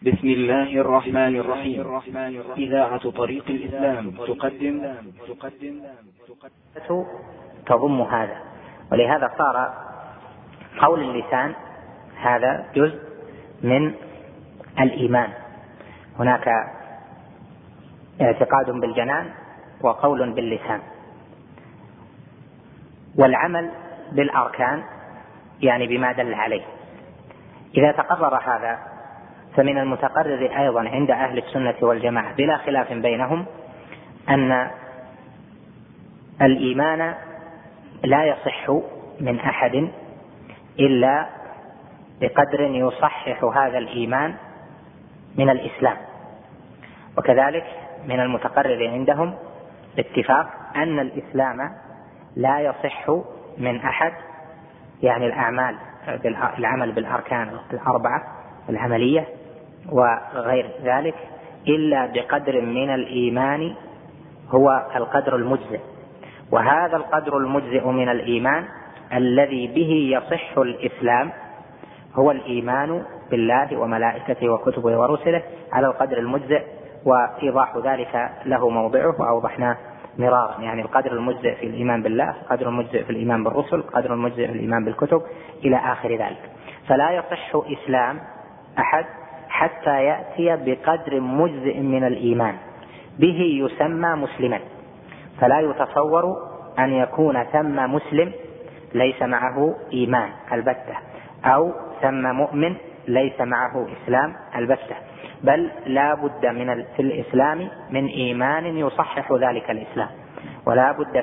بسم الله الرحمن الرحيم. إذاعة طريق الإسلام تقدم تضم هذا، ولهذا صار قول اللسان هذا جزء من الإيمان. هناك اعتقاد بالجنان وقول باللسان، والعمل بالأركان يعني بما دل عليه. إذا تقرر هذا فمن المتقرر أيضا عند أهل السنة والجماعة بلا خلاف بينهم أن الإيمان لا يصح من أحد إلا بقدر يصحح هذا الإيمان من الإسلام. وكذلك من المتقرر عندهم باتفاق أن الإسلام لا يصح من أحد، يعني العمل بالأركان الأربعة العملية وغير ذلك، إلا بقدر من الإيمان هو القدر المجزئ. وهذا القدر المجزئ من الإيمان الذي به يصح الإسلام هو الإيمان بالله وملائكته وكتبه ورسله على القدر المجزئ، وإيضاح ذلك له موضعه وأوضحناه مرارا. يعني القدر المجزئ في الإيمان بالله، القدر المجزئ في الإيمان بالرسل، القدر المجزئ في الإيمان بالكتب إلى آخر ذلك. فلا يصح إسلام أحد حتى يأتي بقدر مجزئ من الإيمان به يسمى مسلما. فلا يتصور أن يكون ثم مسلم ليس معه إيمان البتة، أو ثم مؤمن ليس معه إسلام البتة، بل لا بد في الإسلام من إيمان يصحح ذلك الإسلام، ولا بد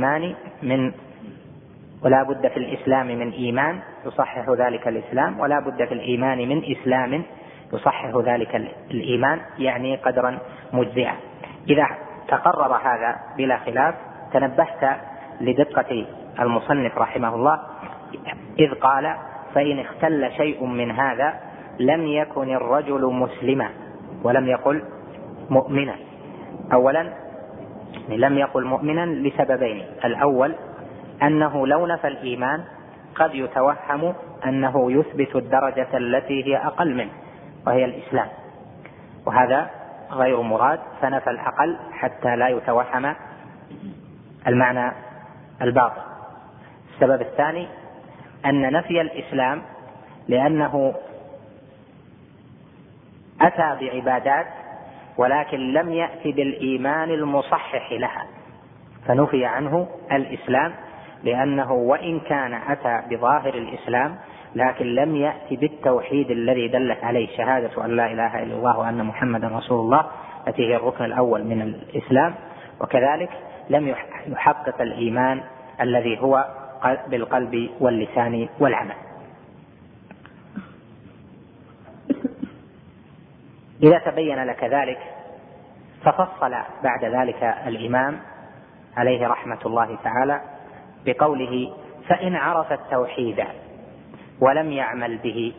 في الإسلام من إيمان يصحح ذلك الإسلام، ولا بد في الإيمان من إسلام يصحح ذلك الإيمان، يعني قدرا مجزئا. إذا تقرر هذا بلا خلاف تنبهت لدقة المصنف رحمه الله إذ قال: فإن اختل شيء من هذا لم يكن الرجل مسلما، ولم يقل مؤمنا. أولا لم يقل مؤمنا لسببين: الأول أنه لو نفى الإيمان قد يتوهم أنه يثبت الدرجة التي هي أقل منه وهي الإسلام، وهذا غير مراد، فنفى الأقل حتى لا يتوهم المعنى الباطل. السبب الثاني أن نفي الإسلام لأنه أتى بعبادات ولكن لم يأتي بالإيمان المصحح لها، فنفي عنه الإسلام لأنه وإن كان أتى بظاهر الإسلام لكن لم يأتي بالتوحيد الذي دلت عليه شهادة أن لا إله إلا الله وأن محمدا رسول الله التي هي الركن الأول من الإسلام، وكذلك لم يحقق الإيمان الذي هو بالقلب واللسان والعمل. إذا تبين لك ذلك ففصل بعد ذلك الإمام عليه رحمة الله تعالى بقوله: فإن عرف التوحيد ولم يعمل به.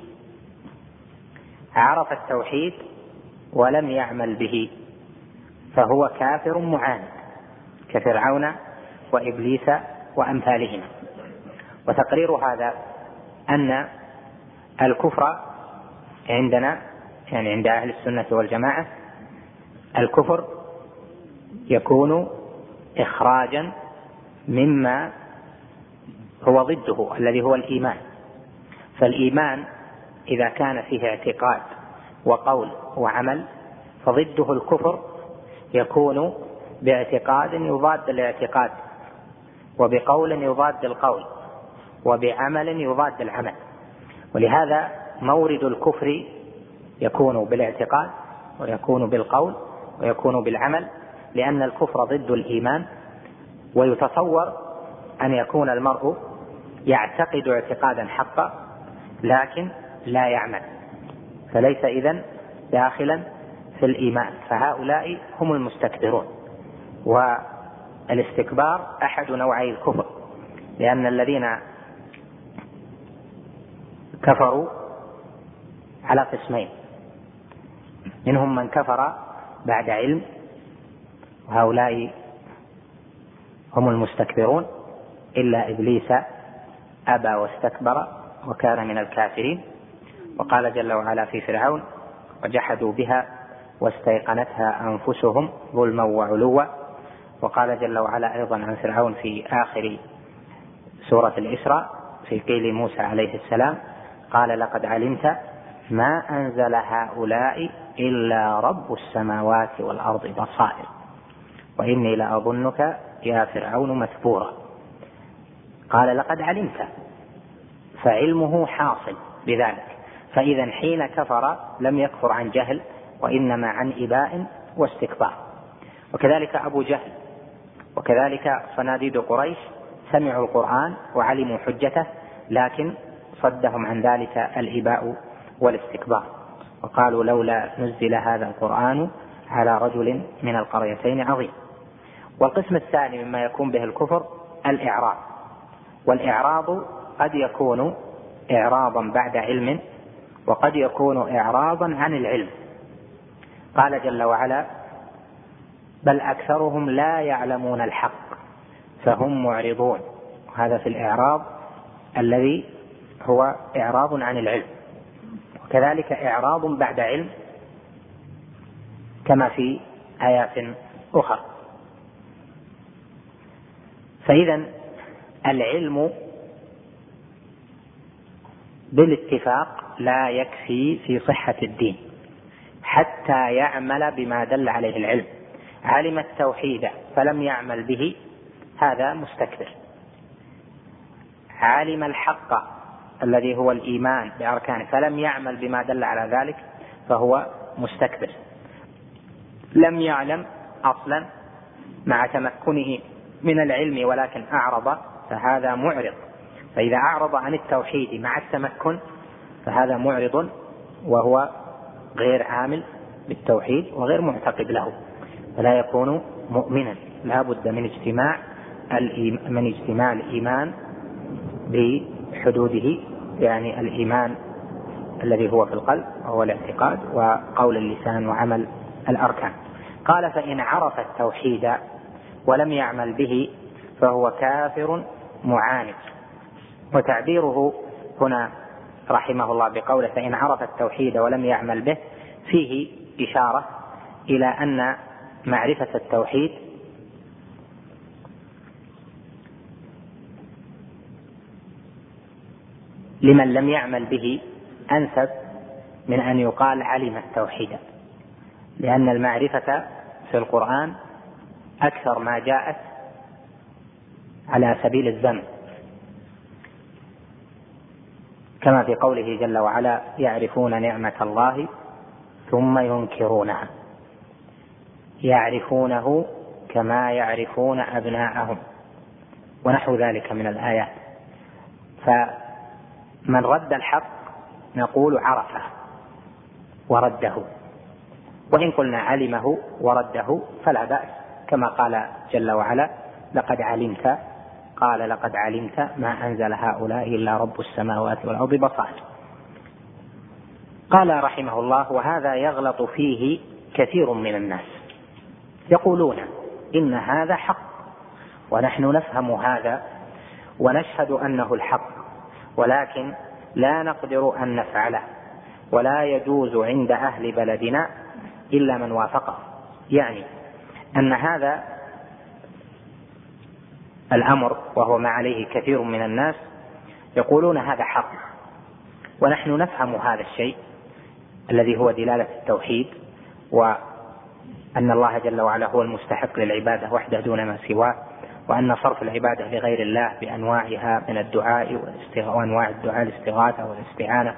عرف التوحيد ولم يعمل به فهو كافر معاند كفرعون وإبليس وأمثالهما. وتقرير هذا أن الكفر عندنا، يعني عند أهل السنة والجماعة، الكفر يكون إخراجا مما هو ضده الذي هو الإيمان. فالإيمان إذا كان فيه اعتقاد وقول وعمل فضده الكفر يكون باعتقاد يضاد الاعتقاد، وبقول يضاد القول، وبعمل يضاد العمل. ولهذا مورد الكفر يكون بالاعتقاد ويكون بالقول ويكون بالعمل، لأن الكفر ضد الإيمان. ويتصور أن يكون المرء يعتقد اعتقادا حقا لكن لا يعمل، فليس إذن داخلا في الإيمان، فهؤلاء هم المستكبرون. والاستكبار أحد نوعي الكفر، لأن الذين كفروا على قسمين: منهم من كفر بعد علم، وهؤلاء هم المستكبرون، إلا إبليس أبى واستكبر وكان من الكافرين. وقال جل وعلا في فرعون: وجحدوا بها واستيقنتها أنفسهم ظلما وعلوا. وقال جل وعلا أيضا عن فرعون في آخر سورة الإسراء في قيل موسى عليه السلام قال لقد علمت ما أنزل هؤلاء إلا رب السماوات والأرض بصائر وإني لأظنك يا فرعون مثبورا. قال لقد علمت، فعلمه حاصل بذلك، فإذا حين كفر لم يكفر عن جهل وإنما عن إباء واستكبار. وكذلك أبو جهل وكذلك صناديد قريش سمعوا القرآن وعلموا حجته، لكن صدهم عن ذلك الإباء والاستكبار، وقالوا لولا نزل هذا القرآن على رجل من القريتين عظيم. والقسم الثاني مما يكون به الكفر الإعراض، والإعراض قد يكون إعراضا بعد علم وقد يكون إعراضا عن العلم. قال جل وعلا بل أكثرهم لا يعلمون الحق فهم معرضون، هذا في الإعراض الذي هو إعراض عن العلم. وكذلك إعراض بعد علم كما في آيات أخرى. فإذا العلم بالاتفاق لا يكفي في صحة الدين حتى يعمل بما دل عليه العلم. علم التوحيد فلم يعمل به هذا مستكبر، علم الحق الذي هو الإيمان بأركانه فلم يعمل بما دل على ذلك فهو مستكبر. لم يعلم أصلا مع تمكنه من العلم ولكن أعرض فهذا معرض. فإذا أعرض عن التوحيد مع التمكن فهذا معرض وهو غير عامل بالتوحيد وغير معتقد له، فلا يكون مؤمنا. لا بد من اجتماع الإيمان بحدوده، يعني الإيمان الذي هو في القلب وهو الاعتقاد وقول اللسان وعمل الأركان. قال فإن عرف التوحيد ولم يعمل به فهو كافر معاند. وتعبيره هنا رحمه الله بقوله فإن عرف التوحيد ولم يعمل به فيه إشارة إلى أن معرفة التوحيد لمن لم يعمل به أنسب من أن يقال علم التوحيد، لأن المعرفة في القرآن أكثر ما جاءت على سبيل الذم، كما في قوله جل وعلا يعرفون نعمة الله ثم ينكرونها، يعرفونه كما يعرفون أبناءهم ونحو ذلك من الآيات. فمن رد الحق نقول عرفه ورده، وإن قلنا علمه ورده فلا بأس، كما قال جل وعلا لقد علمت، قال لقد علمت ما أنزل هؤلاء إلا رب السماوات والأرض بصائر. قال رحمه الله وهذا يغلط فيه كثير من الناس، يقولون إن هذا حق ونحن نفهم هذا ونشهد أنه الحق، ولكن لا نقدر أن نفعله ولا يجوز عند أهل بلدنا إلا من وافقه. يعني أن هذا الأمر وهو ما عليه كثير من الناس يقولون هذا حق ونحن نفهم هذا الشيء الذي هو دلالة التوحيد، وأن الله جل وعلا هو المستحق للعبادة وحده دون ما سواه، وأن صرف العبادة لغير الله بأنواعها من الدعاء وأنواع الدعاء الاستغاثة والاستعانة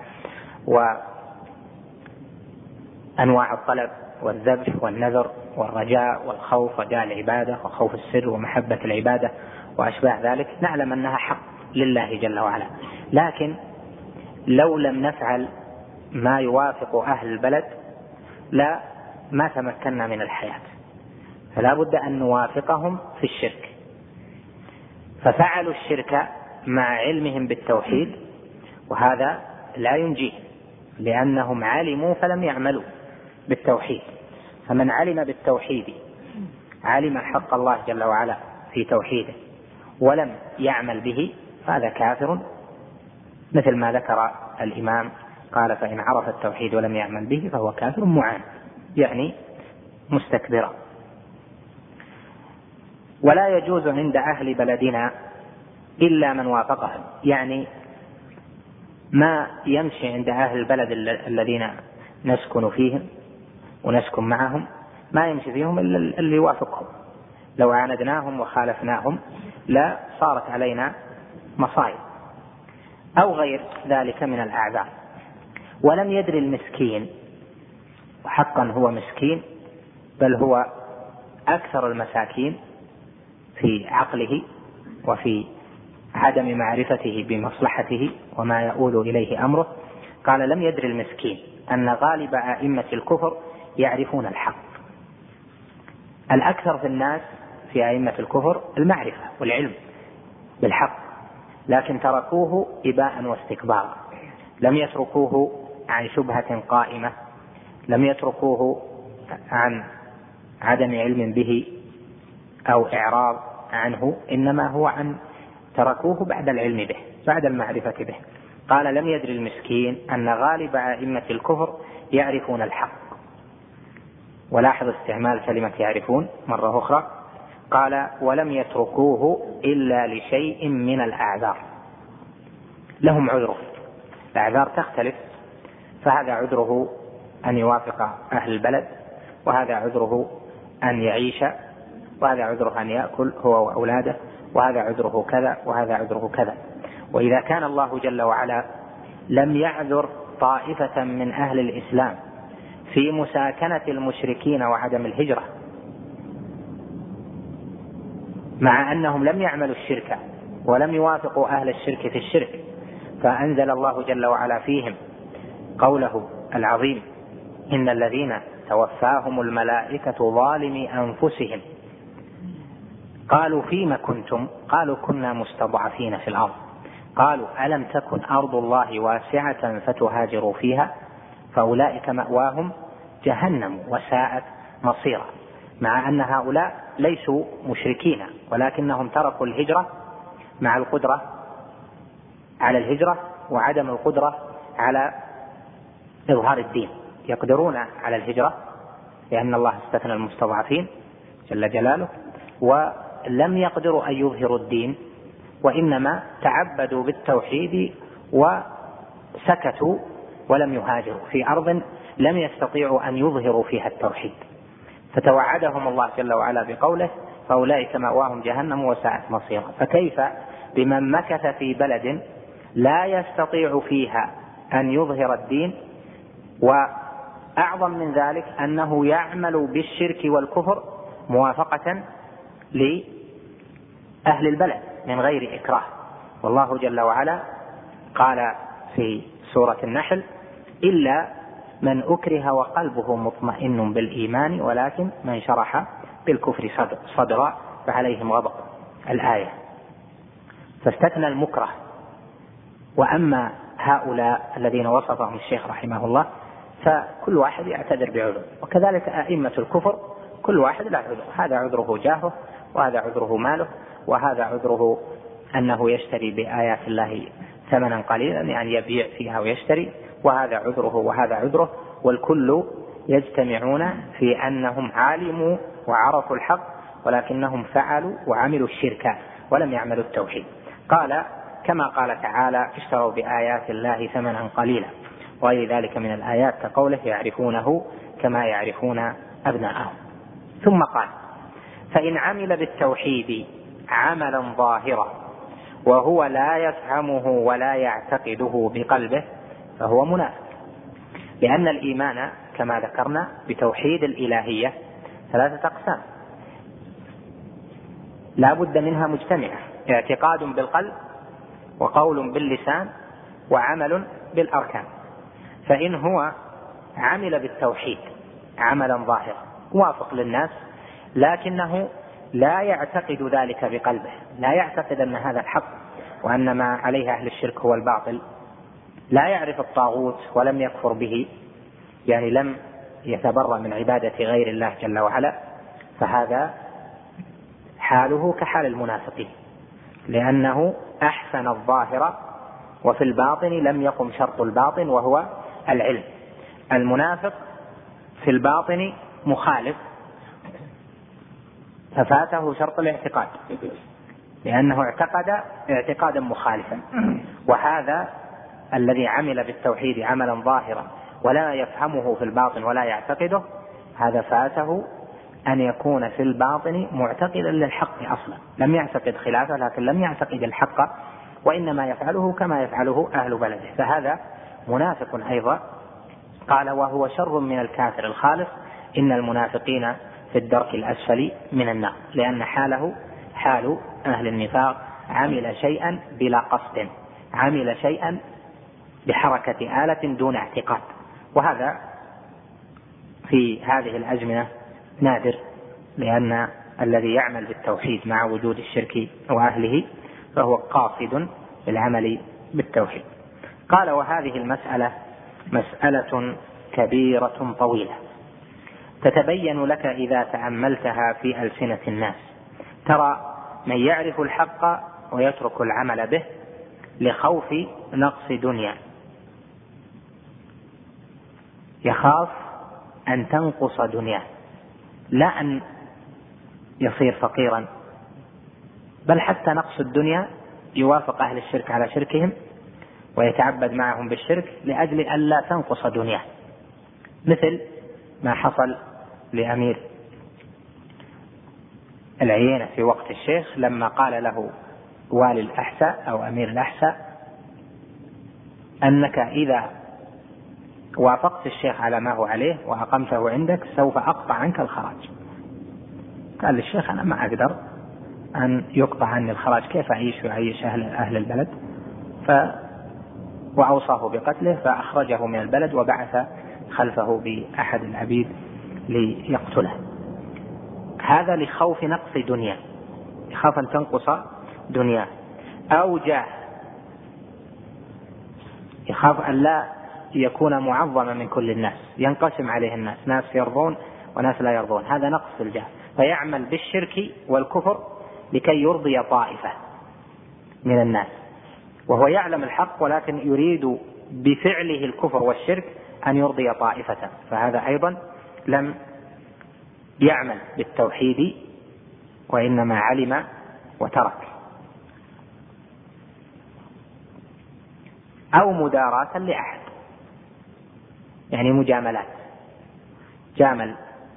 وأنواع الطلب والذبح والنذر والرجاء والخوف، رجاء العبادة وخوف السر ومحبة العبادة وأشباه ذلك، نعلم أنها حق لله جل وعلا. لكن لو لم نفعل ما يوافق أهل البلد ما تمكنا من الحياة، فلا بد أن نوافقهم في الشرك. ففعلوا الشرك مع علمهم بالتوحيد، وهذا لا ينجيه لأنهم علموا فلم يعملوا بالتوحيد. فمن علم بالتوحيد علم حق الله جل وعلا في توحيده ولم يعمل به فهذا كافر، مثل ما ذكر الإمام قال فإن عرف التوحيد ولم يعمل به فهو كافر معاند، يعني مستكبرا. ولا يجوز عند أهل بلدنا إلا من وافقهم، يعني ما يمشي عند أهل البلد الذين نسكن فيهم ونسكن معهم، ما يمشي فيهم إلا اللي يوافقهم. لو عاندناهم وخالفناهم لا صارت علينا مصائب أو غير ذلك من الأعذار. ولم يدري المسكين، وحقا هو مسكين، بل هو أكثر المساكين في عقله وفي عدم معرفته بمصلحته وما يؤول إليه أمره. قال لم يدري المسكين أن غالب أئمة الكفر يعرفون الحق. الأكثر في الناس في أئمة الكفر المعرفة والعلم بالحق، لكن تركوه إباء واستكبارا، لم يتركوه عن شبهة قائمة، لم يتركوه عن عدم علم به أو إعراض عنه، إنما هو عن تركوه بعد العلم به، بعد المعرفة به. قال لم يدري المسكين أن غالب أئمة الكفر يعرفون الحق. ولاحظ استعمال كلمة يعرفون مرة أخرى. قال ولم يتركوه إلا لشيء من الأعذار، لهم عذر، الأعذار تختلف، فهذا عذره أن يوافق أهل البلد، وهذا عذره أن يعيش، وهذا عذره أن يأكل هو وأولاده، وهذا عذره كذا، وهذا عذره كذا. وإذا كان الله جل وعلا لم يعذر طائفة من أهل الإسلام في مساكنة المشركين وعدم الهجرة، مع أنهم لم يعملوا الشرك ولم يوافقوا أهل الشرك في الشرك، فأنزل الله جل وعلا فيهم قوله العظيم إن الذين توفاهم الملائكة ظالمي أنفسهم قالوا فيما كنتم؟ قالوا كنا مستضعفين في الأرض. قالوا ألم تكن أرض الله واسعة فتهاجروا فيها فأولئك مأواهم جهنم وساءت مصيرا. مع أن هؤلاء ليسوا مشركين، ولكنهم تركوا الهجرة مع القدرة على الهجرة وعدم القدرة على إظهار الدين. يقدرون على الهجرة لأن الله استثنى المستضعفين جل جلاله، ولم يقدروا أن يظهروا الدين، وإنما تعبدوا بالتوحيد وسكتوا ولم يهاجروا في أرض لم يستطيعوا أن يظهروا فيها التوحيد، فتوعدهم الله جل وعلا بقوله فأولئك مأواهم جهنم وساءت مصيرا. فكيف بمن مكث في بلد لا يستطيع فيها أن يظهر الدين، وأعظم من ذلك أنه يعمل بالشرك والكفر موافقة لأهل البلد من غير إكراه. والله جل وعلا قال في سورة النحل إلا من أكره وقلبه مطمئن بالإيمان ولكن من شرح بالكفر صدرا فعليهم غضب، الآية. فاستثنى المكره. وأما هؤلاء الذين وصفهم الشيخ رحمه الله فكل واحد يعتذر بعذر، وكذلك أئمة الكفر كل واحد له عذر، هذا عذره جاهه، وهذا عذره ماله، وهذا عذره أنه يشتري بآيات الله ثمنا قليلا، يعني يبيع فيها ويشتري، وهذا عذره وهذا عذره، والكل يجتمعون في أنهم علموا وعرفوا الحق ولكنهم فعلوا وعملوا الشرك ولم يعملوا التوحيد. قال كما قال تعالى اشتروا بآيات الله ثمنا قليلا، وغير ذلك من الآيات كقوله يعرفونه كما يعرفون أبناءهم. ثم قال فإن عمل بالتوحيد عملا ظاهرا وهو لا يفهمه ولا يعتقده بقلبه فهو منافق، لأن الإيمان كما ذكرنا بتوحيد الإلهية 3 أقسام لا بد منها مجتمعة: اعتقاد بالقلب، وقول باللسان، وعمل بالأركان. فإن هو عمل بالتوحيد عملا ظاهرا موافق للناس، لكنه لا يعتقد ذلك بقلبه، لا يعتقد أن هذا الحق وأن ما عليه أهل الشرك هو الباطل، لا يعرف الطاغوت ولم يكفر به، يعني لم يتبرأ من عبادة غير الله جل وعلا، فهذا حاله كحال المنافقين، لأنه أحسن الظاهر وفي الباطن لم يقم شرط الباطن وهو العلم. المنافق في الباطن مخالف، ففاته شرط الاعتقاد لأنه اعتقد اعتقادا مخالفا. وهذا الذي عمل بالتوحيد عملا ظاهرا ولا يفهمه في الباطن ولا يعتقده، هذا فاته أن يكون في الباطن معتقدا للحق أصلا، لم يعتقد خلافه لكن لم يعتقد الحق، وإنما يفعله كما يفعله أهل بلده، فهذا منافق أيضا. قال وهو شر من الكافر الخالص، إن المنافقين في الدرك الأسفل من النار، لأن حاله حال أهل النفاق، عمل شيئا بلا قصد، عمل شيئا بحركة آلة دون اعتقاد، وهذا في هذه الأزمنة نادر، لأن الذي يعمل بالتوحيد مع وجود الشرك وأهله فهو قاصد بالعمل بالتوحيد. قال وهذه المسألة مسألة كبيرة طويلة تتبين لك إذا تأملتها في ألسنة الناس، ترى من يعرف الحق ويترك العمل به لخوف نقص دنيا، يخاف أن تنقص دنياه، لا أن يصير فقيرا، بل حتى نقص الدنيا يوافق أهل الشرك على شركهم ويتعبد معهم بالشرك لأجل أن لا تنقص دنياه، مثل ما حصل لأمير العيينة في وقت الشيخ لما قال له والي الأحساء أو أمير الأحساء أنك إذا وافقت الشيخ على ما هو عليه وأقمته عندك سوف أقطع عنك الخراج. قال للشيخ أنا ما أقدر أن يقطع عني الخراج، كيف أعيش وأعيش أهل البلد؟ وأوصاه بقتله، فأخرجه من البلد وبعث خلفه بأحد العبيد ليقتله. هذا لخوف نقص دنيا، يخاف أن تنقص دنيا، أو جاه، يخاف أن لا يكون معظما من كل الناس، ينقسم عليه الناس، ناس يرضون وناس لا يرضون، هذا نقص في الجاه، فيعمل بالشرك والكفر لكي يرضي طائفة من الناس، وهو يعلم الحق ولكن يريد بفعله الكفر والشرك أن يرضي طائفة، فهذا أيضا لم يعمل بالتوحيد وإنما علم وترك. أو مداراة لأحد، يعني مجاملات، جامل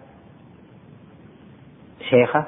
شيخه،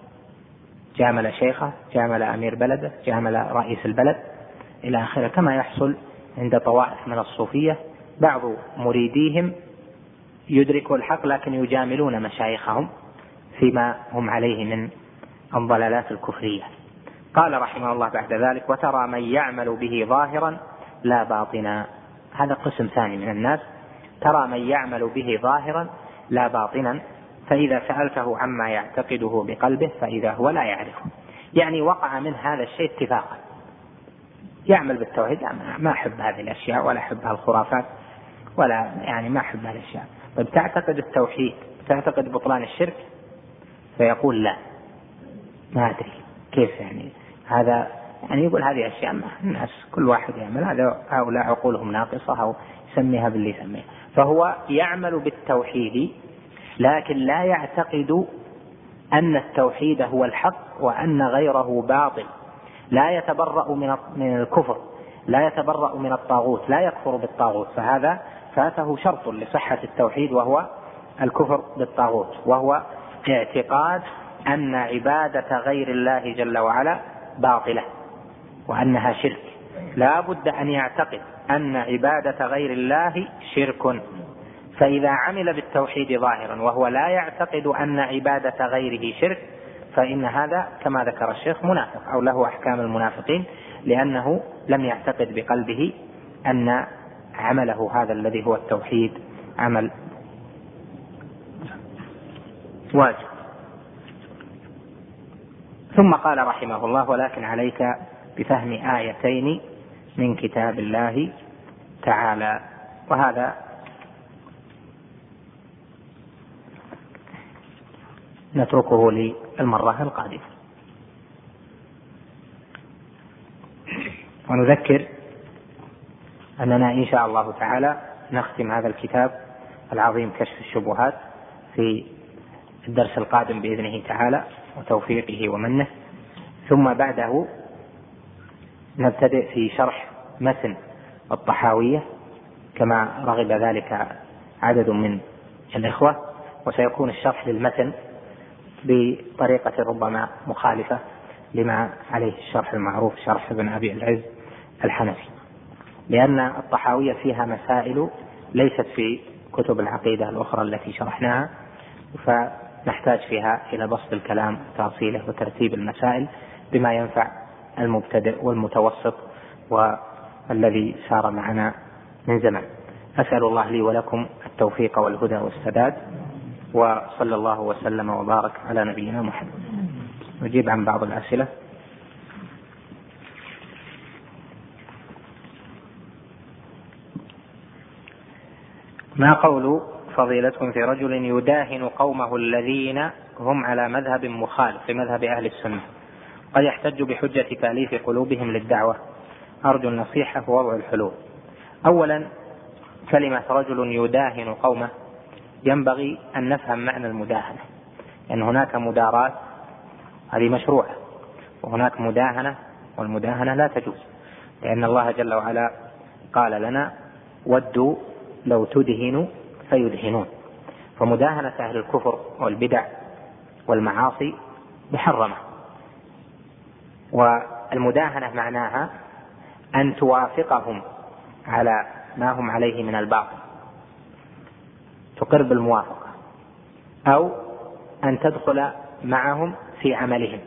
جامل أمير بلده، جامل رئيس البلد إلى آخره، كما يحصل عند طوائف من الصوفية، بعض مريديهم يدركوا الحق لكن يجاملون مشايخهم فيما هم عليه من الضلالات الكفرية. قال رحمه الله بعد ذلك وترى من يعمل به ظاهرا لا باطنا، هذا قسم ثاني من الناس، ترى من يعمل به ظاهرا لا باطنا، فإذا سألته عما يعتقده بقلبه فإذا هو لا يعرفه، يعني وقع من هذا الشيء اتفاقا، يعمل بالتوحيد، ما أحب هذه الأشياء ولا أحب الخرافات ولا يعني ما أحب هذه الأشياء، طيب تعتقد التوحيد، تعتقد بطلان الشرك، فيقول لا ما أدري كيف، يعني هذا يعني يقول هذه أشياء ما الناس كل واحد يعمل، هذا هؤلاء عقولهم ناقصة أو يسميها باللي يسميها، فهو يعمل بالتوحيد لكن لا يعتقد أن التوحيد هو الحق وأن غيره باطل، لا يتبرأ من الكفر، لا يتبرأ من الطاغوت، لا يكفر بالطاغوت، فهذا فاته شرط لصحة التوحيد وهو الكفر بالطاغوت، وهو اعتقاد أن عبادة غير الله جل وعلا باطلة وأنها شرك، لا بد أن يعتقد أن عبادة غير الله شرك، فإذا عمل بالتوحيد ظاهرا وهو لا يعتقد أن عبادة غيره شرك فإن هذا كما ذكر الشيخ منافق أو له أحكام المنافقين، لأنه لم يعتقد بقلبه أن عمله هذا الذي هو التوحيد عمل واجب. ثم قال رحمه الله ولكن عليك بفهم آيتين من كتاب الله تعالى، وهذا نتركه للمرة القادمة. ونذكر أننا إن شاء الله تعالى نختم هذا الكتاب العظيم كشف الشبهات في الدرس القادم بإذنه تعالى وتوفيقه ومنه، ثم بعده نبتدئ في شرح متن الطحاوية كما رغب ذلك عدد من الإخوة، وسيكون الشرح للمتن بطريقة ربما مخالفة لما عليه الشرح المعروف شرح ابن أبي العز الحنفي، لأن الطحاوية فيها مسائل ليست في كتب العقيدة الأخرى التي شرحناها، فنحتاج فيها إلى بسط الكلام وتفصيله وترتيب المسائل بما ينفع المبتدئ والمتوسط والذي سار معنا من زمان. أسأل الله لي ولكم التوفيق والهدى والسداد، وصلى الله وسلم وبارك على نبينا محمد. نجيب عن بعض الأسئلة. ما قول فضيلتكم في رجل يداهن قومه الذين هم على مذهب مخالف لمذهب أهل السنة قد يحتج بحجة تأليف قلوبهم للدعوة؟ أرجو النصيحة ووضع الحلول. أولا، كلمة رجل يداهن قومه ينبغي أن نفهم معنى المداهنة، أن هناك مداراة هذه مشروعة، وهناك مداهنة والمداهنة لا تجوز، لأن الله جل وعلا قال لنا ودوا لو تدهنوا فيدهنون. فمداهنة أهل الكفر والبدع والمعاصي محرمة، والمداهنة معناها أن توافقهم على ما هم عليه من الباطل، تقر بالموافقة، أو أن تدخل معهم في عملهم.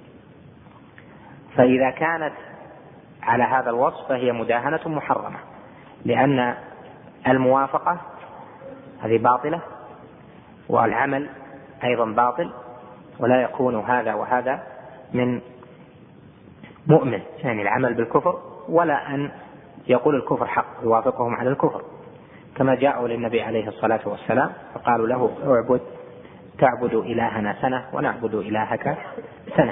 فإذا كانت على هذا الوصف فهي مداهنة محرمة، لأن الموافقة هذه باطلة والعمل أيضا باطل، ولا يكون هذا وهذا من مؤمن، يعني العمل بالكفر ولا أن يقول الكفر حق يوافقهم على الكفر، كما جاءوا للنبي عليه الصلاة والسلام فقالوا له تعبد إلهنا سنة ونعبد إلهك سنة،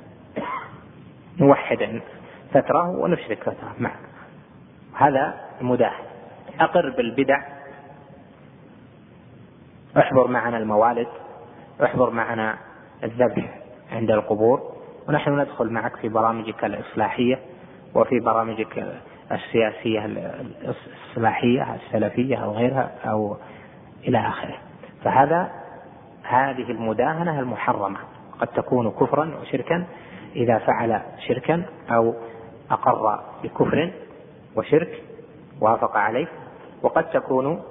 نوحد فترة ونشرك فترة معه. هذا مداهن. أقر بالبدع، احضر معنا الموالد، احضر معنا الذبح عند القبور، ونحن ندخل معك في برامجك الإصلاحية وفي برامجك السياسية الإصلاحية السلفية أو غيرها أو إلى آخره. هذه المداهنة المحرمة قد تكون كفرا وشركا إذا فعل شركا أو أقر بكفر وشرك وافق عليه، وقد تكون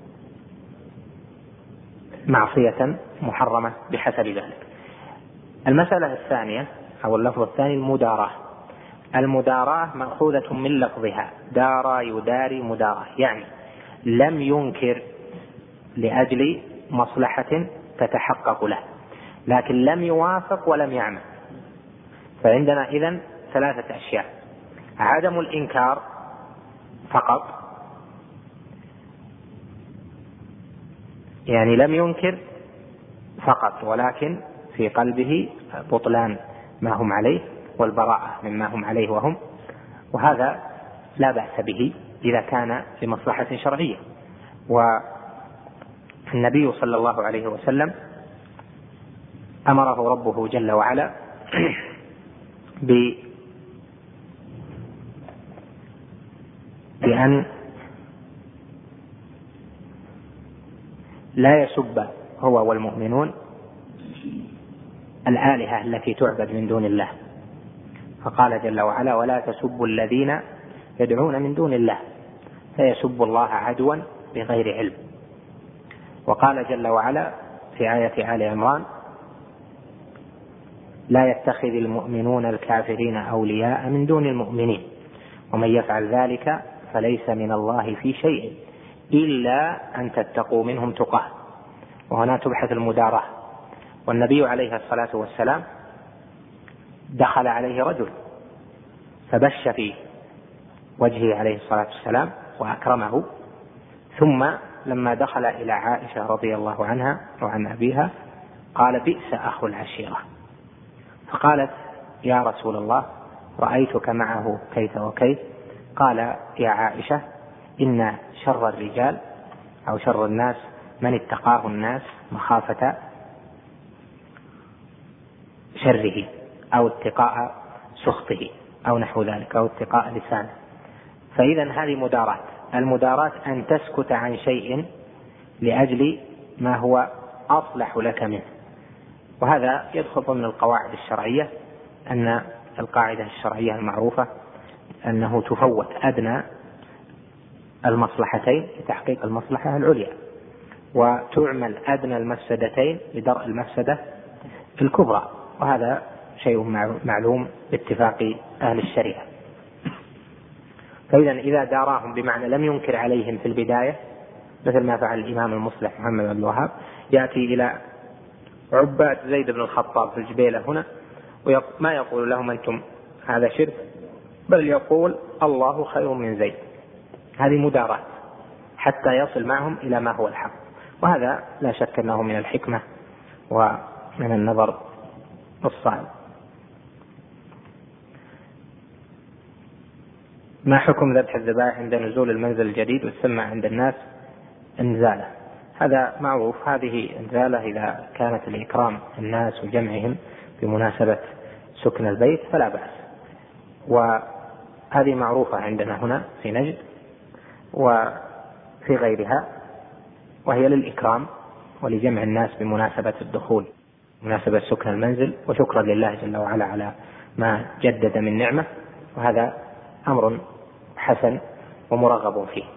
معصية محرمة بحسب ذلك. المسألة الثانية أو اللفظ الثاني المداراة. المداراة مأخوذة من لفظها دارى يداري مداراة، يعني لم ينكر لأجل مصلحة تتحقق له، لكن لم يوافق ولم يعمل. فعندنا إذن ثلاثة أشياء: عدم الإنكار فقط، يعني لم ينكر فقط ولكن في قلبه بطلان ما هم عليه والبراءة مما هم عليه وهم، وهذا لا بأس به إذا كان لمصلحة شرعية. والنبي صلى الله عليه وسلم أمره ربه جل وعلا بأن لا يسب هو والمؤمنون الآلهة التي تعبد من دون الله، فقال جل وعلا ولا تسبوا الذين يدعون من دون الله فيسبوا الله عدوا بغير علم. وقال جل وعلا في آية آل عمران لا يتخذ المؤمنون الكافرين أولياء من دون المؤمنين ومن يفعل ذلك فليس من الله في شيء إلا أن تتقوا منهم تقاه. وهنا تبحث المداراة. والنبي عليه الصلاة والسلام دخل عليه رجل فبش في وجهه عليه الصلاة والسلام وأكرمه، ثم لما دخل إلى عائشة رضي الله عنها وعن أبيها قال بئس أخو العشيرة، فقالت يا رسول الله رأيتك معه كيف وكيف، قال يا عائشة إن شر الرجال أو شر الناس من اتقاه الناس مخافة شره أو اتقاء سخطه أو نحو ذلك أو اتقاء لسانه. فإذا هذه مداراة. المداراة أن تسكت عن شيء لأجل ما هو أصلح لك منه، وهذا يدخل ضمن القواعد الشرعية، أن القاعدة الشرعية المعروفة أنه تفوت أدنى المصلحتين لتحقيق المصلحة العليا، وتعمل أدنى المفسدتين لدرء المفسدة الكبرى، وهذا شيء معلوم باتفاق أهل الشريعة. فإذا إذا داراهم بمعنى لم ينكر عليهم في البداية، مثل ما فعل الإمام المصلح محمد بن الوهاب، يأتي إلى عباد زيد بن الخطاب في الجبيلة هنا وما يقول لهم أنتم هذا شرك، بل يقول الله خير من زيد. هذه مداراة حتى يصل معهم إلى ما هو الحق، وهذا لا شك أنه من الحكمة ومن النظر الصائب. ما حكم ذبح الذبائح عند نزول المنزل الجديد وتسمى عند الناس انزالة؟ هذا معروف، هذه انزالة إذا كانت لإكرام الناس وجمعهم بمناسبة سكن البيت فلا بأس، وهذه معروفة عندنا هنا في نجد وفي غيرها، وهي للإكرام ولجمع الناس بمناسبة الدخول، مناسبة سكن المنزل، وشكرا لله جل وعلا على ما جدد من نعمة، وهذا أمر حسن ومرغب فيه.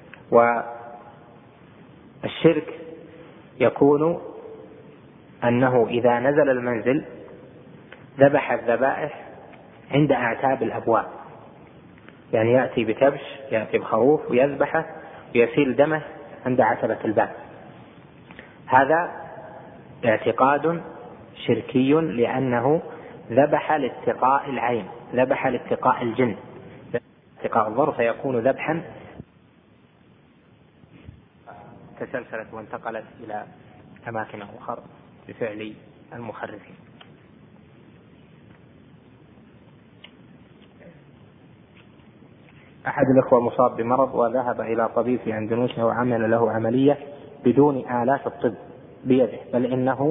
والشرك يكون أنه إذا نزل المنزل ذبح الذبائح عند أعتاب الأبواب، يعني يأتي بكبش، يأتي بخروف ويذبحه ويسيل دمه عند عتبة الباب. هذا اعتقاد شركي، لأنه ذبح لاتقاء العين، ذبح لاتقاء الجن، اتقاء الضر، فيكون ذبحا تسلسلت وانتقلت إلى أماكن أخرى بفعل المخرفين. أحد الأخوة مصاب بمرض وذهب إلى طبيب في أندونيسيا وعمل له عملية بدون آلات الطب بيده، بل إنه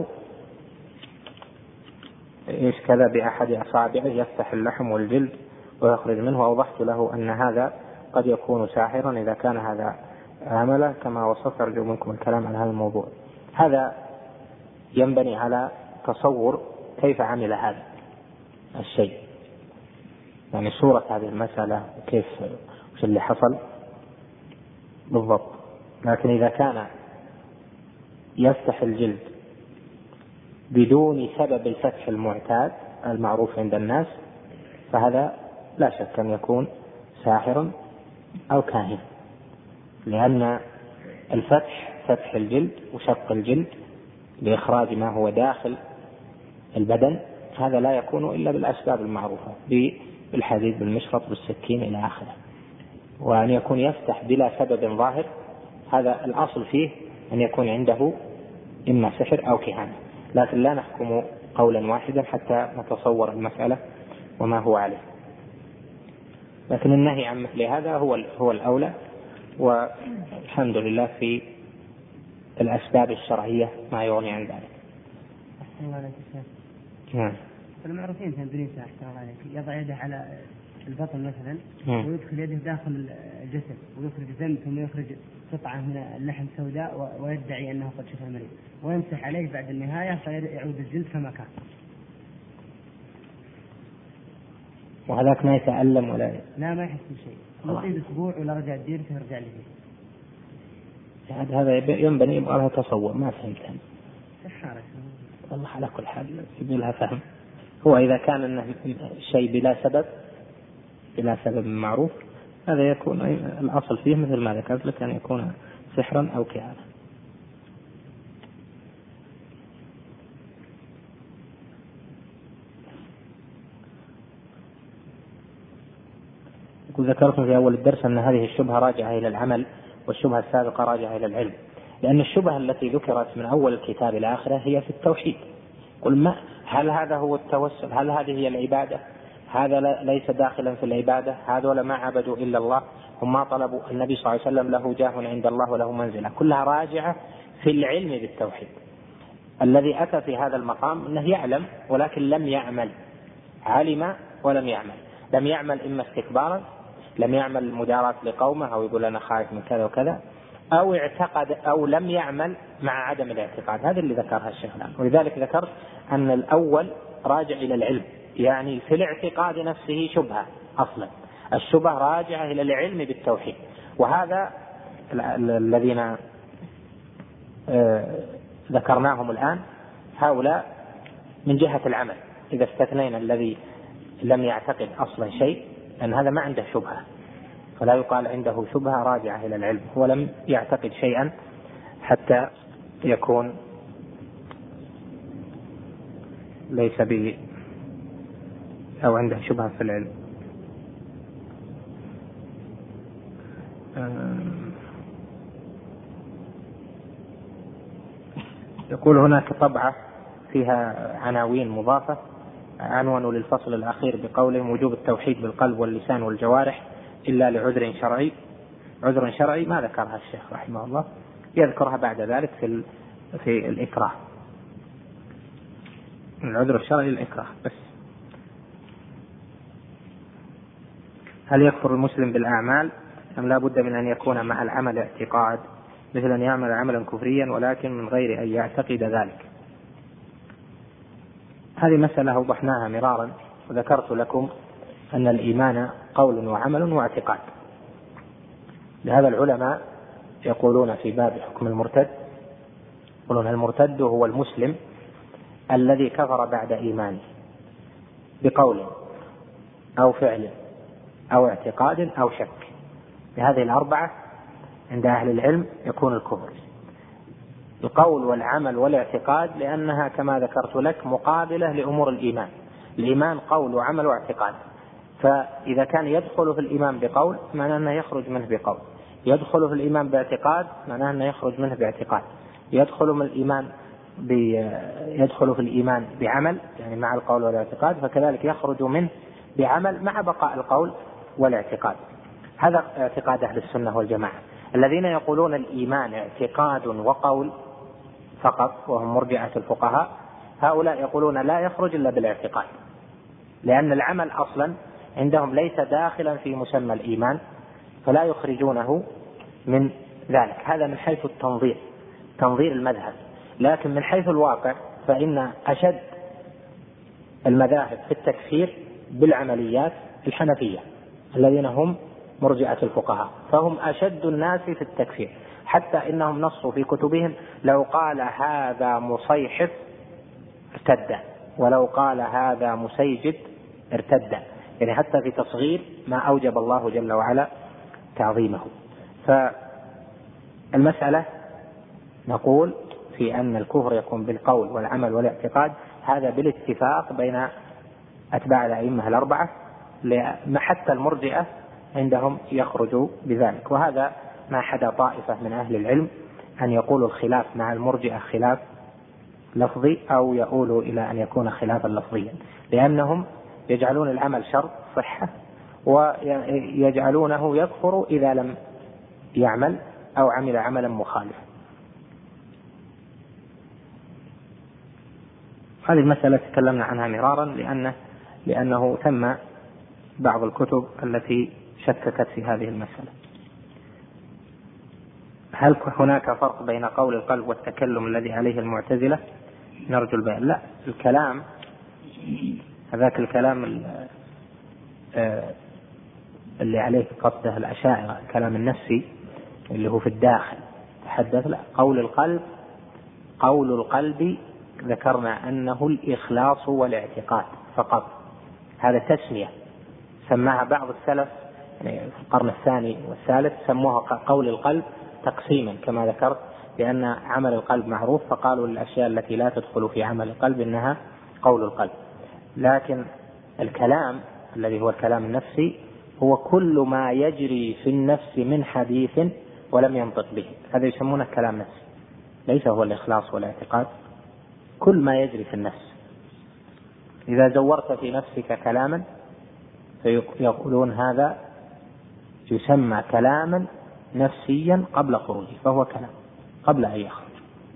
كذا بأحد أصابعه يفتح اللحم والجلد ويخرج منه. أوضحت له أن هذا قد يكون ساحرا إذا كان هذا عمله كما وصف. أرجو منكم الكلام عن هذا الموضوع. هذا ينبني على تصور كيف عمل هذا الشيء، يعني صورة هذه المسألة وكيف وش اللي حصل بالضبط. لكن إذا كان يفتح الجلد بدون سبب الفتح المعتاد المعروف عند الناس، فهذا لا شك أن يكون ساحرا أو كاهن، لأن الفتح فتح الجلد وشق الجلد لإخراج ما هو داخل البدن، هذا لا يكون إلا بالأسباب المعروفة، بالحديد، بالمشرط، بالسكين إلى آخره. وأن يكون يفتح بلا سبب ظاهر، هذا الأصل فيه أن يكون عنده إما سحر أو كهانة، لكن لا نحكم قولا واحدا حتى نتصور المسألة وما هو عليه. لكن النهي عن مثل هذا هو الأولى، والحمد لله في الأسباب الشرعية ما يغني عن ذلك. نعم. المعروفين في أندونيسيا أحسن عليك يضع يده على البطن مثلا ويدخل يده داخل الجسد ويخرج دم ثم يخرج قطعة من اللحم سوداء ويدعي أنه قد شفى المريض ويمسح عليه بعد النهاية فيعود الجلد كما كان. وهذاك ما يتألم ولا ما يحس بشيء، يصيب أسبوع ولا رجع الدير فيرجع له. هذا ينبني يبغى لها تصور، ما فهمتها والله. على كل حال يبغى لها فهم. هو إذا كان أنه شيء بلا سبب معروف، هذا يكون الأصل فيه مثل ما ذكرت لك أن يكون سحرا أو كهانة. ذكرتم في أول الدرس أن هذه الشبهة راجعة إلى العمل، والشبهة السابقة راجعة إلى العلم، لأن الشبهة التي ذكرت من أول الكتاب إلى آخره هي في التوحيد. قل هل هذا هو التوسل؟ هل هذه هي العبادة؟ هذا ليس داخلا في العبادة، هذا ولا ما عبدوا إلا الله. هم ما طلبوا النبي صلى الله عليه وسلم له جاه عند الله وله منزلة، كلها راجعة في العلم بالتوحيد. الذي أتى في هذا المقام أنه يعلم ولكن لم يعمل، علم ولم يعمل، لم يعمل إما استكبارا، لم يعمل مداراة لقومه أو يقول أنا خايف من كذا وكذا، أو اعتقد أو لم يعمل مع عدم الاعتقاد. هذا اللي ذكرها الشيخ الآن. ولذلك ذكرت أن الأول راجع إلى العلم، يعني في الاعتقاد نفسه شبهة أصلا، الشبهة راجعة إلى العلم بالتوحيد. وهذا الذين ذكرناهم الآن هؤلاء من جهة العمل، إذا استثنينا الذي لم يعتقد أصلا شيء أن هذا ما عنده شبهة، فلا يقال عنده شبهة راجعة إلى العلم، هو لم يعتقد شيئا حتى يكون ليس به أو عنده شبهة في العلم. يقول هناك طبعة فيها عناوين مضافة، عنوان للفصل الأخير بقوله وجوب التوحيد بالقلب واللسان والجوارح إلا لعذر شرعي. عذر شرعي ما ذكرها الشيخ رحمه الله، يذكرها بعد ذلك في الإكراه، العذر الشرعي الإكراه بس. هل يكفر المسلم بالأعمال أم لا بد من أن يكون مع العمل اعتقاد، مثل أن يعمل عملا كفريا ولكن من غير أن يعتقد ذلك؟ هذه مسألة أوضحناها مرارا، وذكرت لكم أن الإيمان قول وعمل واعتقاد. لهذا العلماء يقولون في باب حكم المرتد، يقولون المرتد هو المسلم الذي كفر بعد إيمانه بقول أو فعل أو اعتقاد أو شك، بهذه الأربعة عند أهل العلم يكون الكفر. القول والعمل والاعتقاد لأنها كما ذكرت لك مقابلة لأمور الإيمان، الإيمان قول وعمل واعتقاد، فإذا كان يدخل في الإيمان بقول معناه أنه يخرج منه بقول، يدخل في الإيمان باعتقاد معناه أنه يخرج منه باعتقاد، يدخل في الإيمان بعمل يعني مع القول والاعتقاد، فكذلك يخرج منه بعمل مع بقاء القول والاعتقاد. هذا اعتقاد أهل السنة والجماعة. الذين يقولون الإيمان اعتقاد وقول فقط وهم مرجئة الفقهاء، هؤلاء يقولون لا يخرج إلا بالاعتقاد، لأن العمل أصلا عندهم ليس داخلا في مسمى الإيمان فلا يخرجونه من ذلك. هذا من حيث تنظير المذهب، لكن من حيث الواقع فإن أشد المذاهب في التكفير بالعمليات الحنفية الذين هم مرجئة الفقهاء، فهم أشد الناس في التكفير، حتى إنهم نصوا في كتبهم لو قال هذا مصيحف ارتد، ولو قال هذا مسيجد ارتد، يعني حتى في تصغير ما أوجب الله جل وعلا تعظيمه. فالمسألة نقول في أن الكفر يكون بالقول والعمل والاعتقاد، هذا بالاتفاق بين أتباع الأئمة الأربعة، حتى المرجئة عندهم يخرج بذلك. وهذا ما حدا طائفة من أهل العلم أن يقولوا الخلاف مع المرجئة خلاف لفظي أو يقولوا إلى أن يكون خلافا لفظيا، لأنهم يجعلون العمل شرط صحة ويجعلونه يكفر إذا لم يعمل أو عمل عملا مخالفا. هذه المسألة تكلمنا عنها مرارا لأنه ثم بعض الكتب التي شككت في هذه المسألة. هل هناك فرق بين قول القلب والتكلم الذي عليه المعتزلة؟ نرجو البيان. لا، الكلام هذاك الكلام اللي عليه قصده الأشاعرة، الكلام النفسي اللي هو في الداخل تحدث. لا، قول القلب ذكرنا أنه الإخلاص والاعتقاد فقط، هذا تسمية سماها بعض السلف يعني في القرن الثاني والثالث، سموها قول القلب تقسيما كما ذكرت، لأن عمل القلب معروف فقالوا للأشياء التي لا تدخل في عمل القلب إنها قول القلب. لكن الكلام الذي هو الكلام النفسي هو كل ما يجري في النفس من حديث ولم ينطق به، هذا يسمونه كلام نفسي، ليس هو الإخلاص والاعتقاد. كل ما يجري في النفس، إذا زورت في نفسك كلاما فيقولون هذا يسمى كلاما نفسيا قبل خروجه، فهو كلام قبل أن يخرج.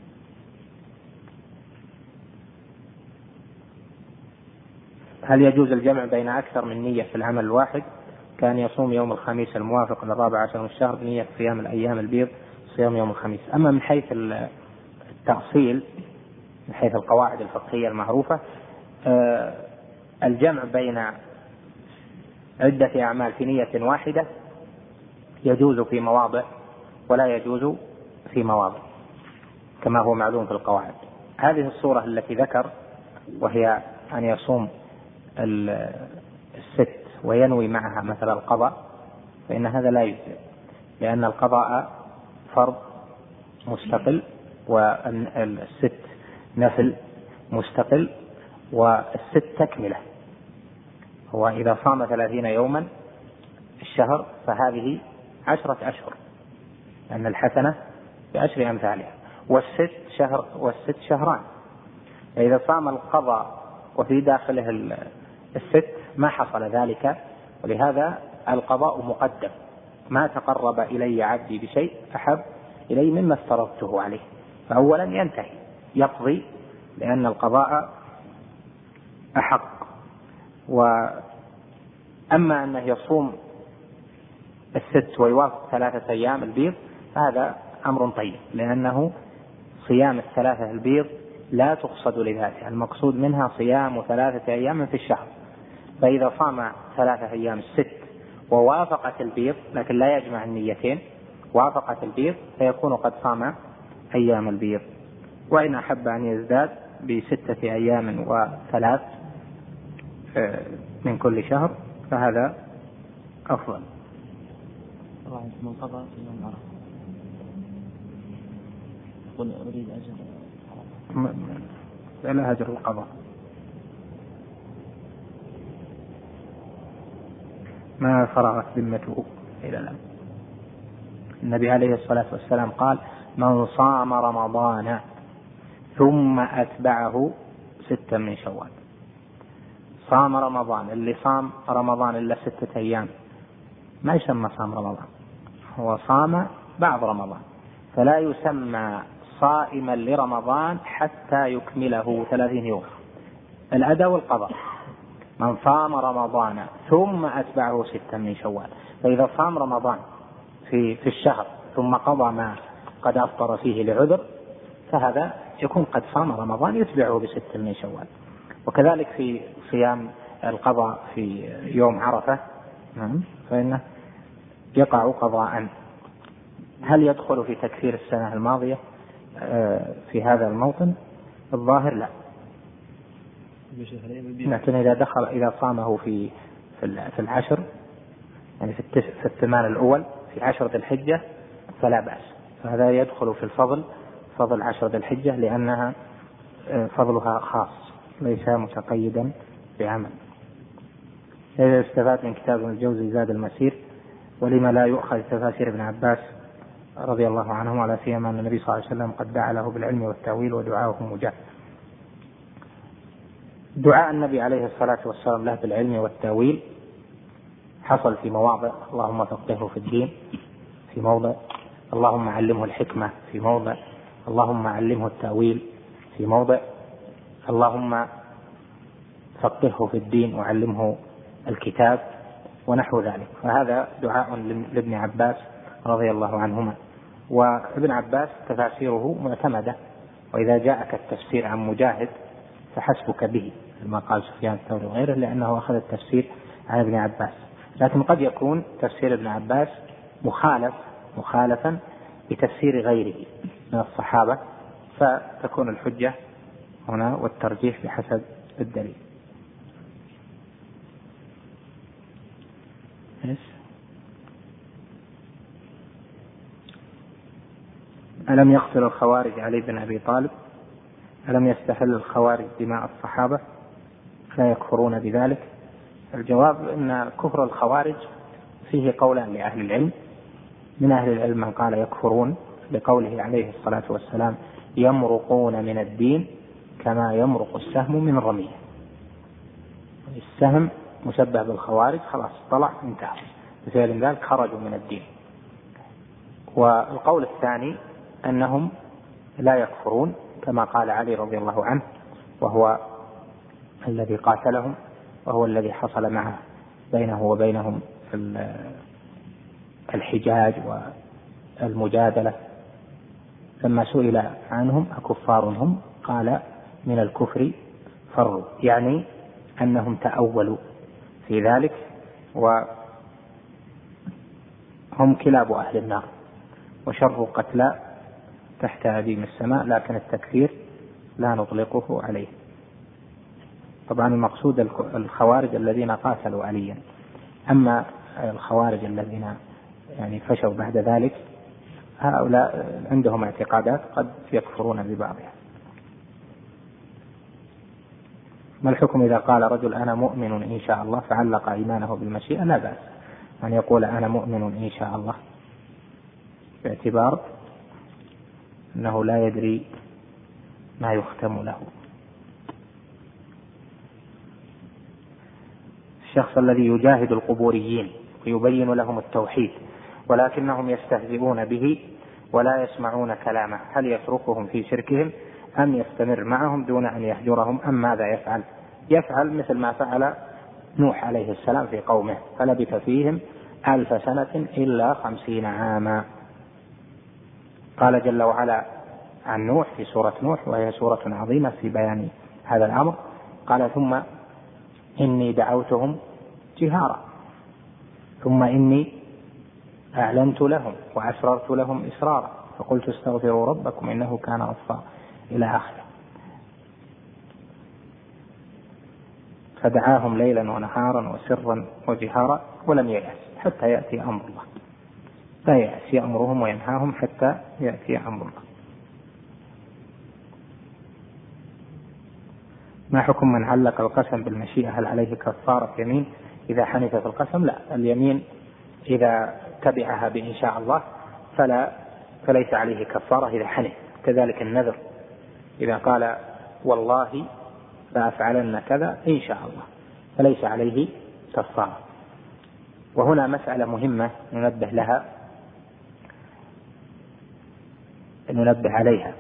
هل يجوز الجمع بين أكثر من نية في العمل الواحد؟ كان يصوم يوم الخميس الموافق ل14 من الشهر بنية صيام الأيام البيض صيام يوم الخميس. أما من حيث التأصيل، من حيث القواعد الفقهية المعروفة، الجمع بين عدة أعمال في نية واحدة يجوز في مواضع ولا يجوز في مواضع كما هو معلوم في القواعد. هذه الصورة التي ذكر وهي أن يصوم الست وينوي معها مثل القضاء، فإن هذا لا يجزئ، لأن القضاء فرض مستقل والست نفل مستقل والست تكملة. هو إذا صام 30 يوما الشهر فهذه 10 أشهر، لأن الحسنة ب10 أمثالها، والست شهران. فإذا صام القضاء وفي داخله الست ما حصل ذلك، ولهذا القضاء مقدم. ما تقرب إلي عبدي بشيء أحب إلي مما افترضته عليه، فأولا ينتهي يقضي لأن القضاء أحق. وأما أنه يصوم الست ويوافق 3 أيام البيض فهذا أمر طيب، لأنه صيام 3 البيض لا تقصد لذاتها، المقصود منها صيام 3 أيام في الشهر. فإذا صام 3 أيام الست ووافقت البيض لكن لا يجمع النيتين، وافقت البيض فيكون قد صام أيام البيض. وإن أحب أن يزداد ب6 أيام و3 من كل شهر فهذا أفضل. من قضى في يوم عرفة قل أريد أجر لا أجر القضاء، ما فرغت ذمته إلى الآن. النبي عليه الصلاة والسلام قال: من صام رمضان ثم أتبعه 6 من شوال. صام رمضان، اللي صام رمضان إلا 6 أيام ما يسمى صام رمضان، هو صام بعض رمضان، فلا يسمى صائما لرمضان حتى يكمله 30 يوم. الأداء والقضاء. من صام رمضان ثم أتبعه 6 من شوال، فإذا صام رمضان في الشهر ثم قضى ما قد أفطر فيه لعذر فهذا يكون قد صام رمضان يتبعه ب6 من شوال. وكذلك في صيام القضاء في يوم عرفة فإنه يقع قضاء. هل يدخل في تكفير السنة الماضية في هذا الموطن؟ الظاهر لا، لكن إذا صامه في العشر، يعني في 8 الأول في 10 ذي الحجة فلا بأس، فهذا يدخل في فضل 10 ذي الحجة، لأنها فضلها خاص ليس متقيدا بعمل. إذا استفاد من كتاب الجوزي زاد المسير، ولما لا يؤخذ تفاسير ابن عباس رضي الله عنهم، على سيما أن النبي صلى الله عليه وسلم قد دعا له بالعلم والتأويل ودعاؤه مجاب. دعاء النبي عليه الصلاة والسلام له بالعلم والتأويل حصل في مواضع: اللهم فقهه في الدين في موضع، اللهم علمه الحكمة في موضع، اللهم علمه التأويل في موضع، اللهم فقهه في الدين وعلمه الكتاب ونحو ذلك. فهذا دعاء لابن عباس رضي الله عنهما. وابن عباس تفاسيره معتمدة، وإذا جاءك التفسير عن مجاهد فحسبك به، كما قال سفيان الثوري وغيره، لأنه أخذ التفسير عن ابن عباس. لكن قد يكون تفسير ابن عباس مخالفا بتفسير غيره من الصحابة، فتكون الحجة هنا والترجيح بحسب الدليل. ألم يقتل الخوارج علي بن أبي طالب؟ ألم يستحل الخوارج دماء الصحابة لا يكفرون بذلك؟ الجواب أن كفر الخوارج فيه قولان لأهل العلم. من أهل العلم من قال يكفرون بقوله عليه الصلاة والسلام: يمرقون من الدين كما يمرق السهم من الرمية. السهم مشبه بالخوارج، خلاص طلع انتهى. بسبب ذلك خرجوا من الدين. والقول الثاني أنهم لا يكفرون كما قال علي رضي الله عنه، وهو الذي قاتلهم، وهو الذي حصل معه بينه وبينهم الحجاج والمجادلة. لما سئل عنهم أكفار هم قال من الكفر فروا، يعني أنهم تأولوا في ذلك، وهم كلاب أهل النار وشر قتلى تحت أديم السماء، لكن التكفير لا نطلقه عليه. طبعا المقصود الخوارج الذين قاتلوا عليا، أما الخوارج الذين يعني فشوا بعد ذلك هؤلاء عندهم اعتقادات قد يكفرون ببعضها. ما الحكم إذا قال رجل أنا مؤمن إن شاء الله فعلق إيمانه بالمشيئة؟ لا بأس أن يقول أنا مؤمن إن شاء الله، باعتبار أنه لا يدري ما يختم له. الشخص الذي يجاهد القبوريين ويبين لهم التوحيد ولكنهم يستهزئون به ولا يسمعون كلامه، هل يتركهم في شركهم أم يستمر معهم دون أن يهجرهم، أم ماذا يفعل؟ يفعل مثل ما فعل نوح عليه السلام في قومه، فلبث فيهم 1000 سنة إلا 50 عاما. قال جل وعلا عن نوح في سورة نوح، وهي سورة عظيمة في بيان هذا الأمر، قال ثم إني دعوتهم جهارا ثم إني أعلنت لهم وأسررت لهم إسرارا فقلت استغفروا ربكم إنه كان غفارا إلى آخره. فدعاهم ليلا ونهارا وسرا وجهارا ولم ييأس حتى يأتي أمر الله، لا يأتي أمرهم وينهاهم حتى يأتي أمر الله. ما حكم من علق القسم بالمشيئة؟ هل عليه كفارة يمين إذا حنث في القسم؟ لا، اليمين إذا تبعها بإن شاء الله فليس عليه كفارة إذا حنث. كذلك النذر إذا قال والله لأفعلن كذا إن شاء الله فليس عليه كفارة. وهنا مسألة مهمة ننبه عليها،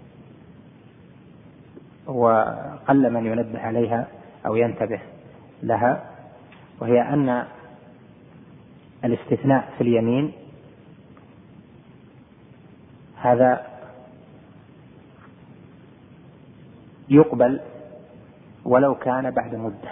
وقل من ينبه عليها أو ينتبه لها، وهي أن الاستثناء في اليمين هذا يقبل ولو كان بعد مدة.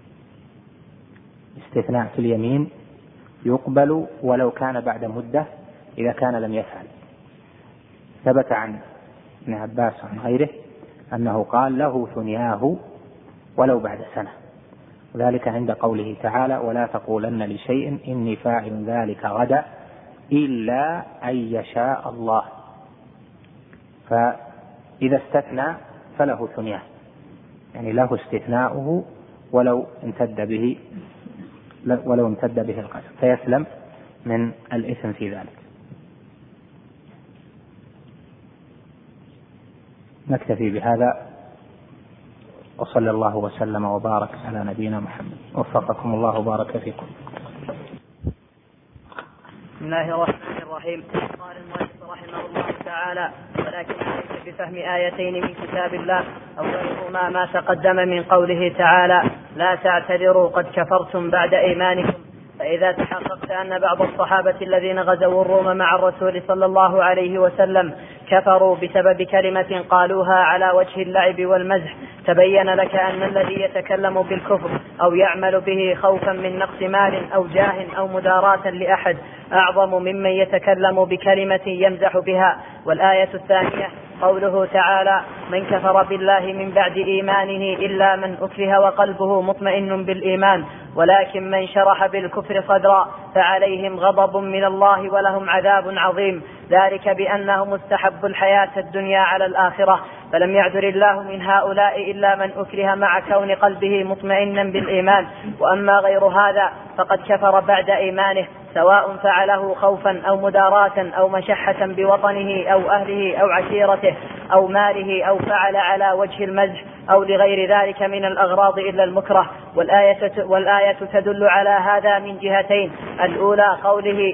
استثناء في اليمين يقبل ولو كان بعد مدة إذا كان لم يفعل. ثبت عن ابن عباس عن غيره أنه قال له ثنياه ولو بعد سنة، وذلك عند قوله تعالى ولا تقولن لشيء إني فاعل ذلك غدا إلا أن يشاء الله. فإذا استثنى فله ثنياه، يعني له استثناؤه ولو امتد به القسم، فيسلم من الإثم في ذلك. نكتفي بهذا، وصلى الله وسلم وبارك على نبينا محمد. وفقكم الله وبارك فيكم. بسم الله الرحمن الرحيم. قال المؤلف رحمه الله تعالى ولكن ليس بفهم آيتين من كتاب الله أولهما ما تقدم من قوله تعالى لا تعتذروا قد كفرتم بعد إيمانكم. فإذا تحققت أن بعض الصحابة الذين غزوا الروم مع الرسول صلى الله عليه وسلم كفروا بسبب كلمة قالوها على وجه اللعب والمزح، تبين لك أن الذي يتكلم بالكفر أو يعمل به خوفا من نقص مال أو جاه أو مداراة لأحد أعظم ممن يتكلم بكلمة يمزح بها. والآية الثانية قوله تعالى من كفر بالله من بعد إيمانه إلا من أكره وقلبه مطمئن بالإيمان ولكن من شرح بالكفر صدرا فعليهم غضب من الله ولهم عذاب عظيم، ذلك بأنهم استحبوا الحياة الدنيا على الآخرة، فلم يعذر الله من هؤلاء إلا من أكره مع كون قلبه مطمئنا بالإيمان. وأما غير هذا فقد كفر بعد إيمانه سواء فعله خوفا أو مداراة أو مشحة بوطنه أو أهله أو عشيرته أو ماله أو فعل على وجه المزح أو لغير ذلك من الأغراض إلا المكره. والآية تدل على هذا من جهتين: الأولى قوله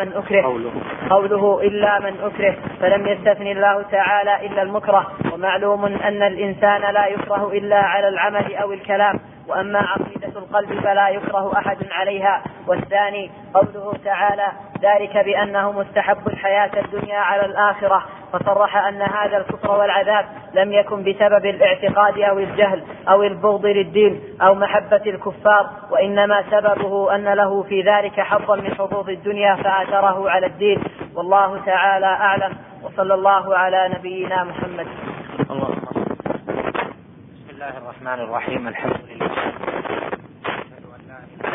إلا من أكره فلم يستثن الله تعالى إلا المكره، ومعلوم أن الإنسان لا يكره إلا على العمل أو الكلام، وأما عقيدة القلب فلا يكره أحد عليها. والثاني قوله تعالى: ذلك بأنه مستحب الحياة الدنيا على الآخرة، فصرح أن هذا الكفر والعذاب لم يكن بسبب الاعتقاد أو الجهل أو البغض للدين أو محبة الكفار، وإنما سببه أن له في ذلك حظا من حظوظ الدنيا فآثره على الدين. والله تعالى أعلم، وصلى الله على نبينا محمد. بسم الله الرحمن الرحيم. الحمد لله، أشهد أن لا إله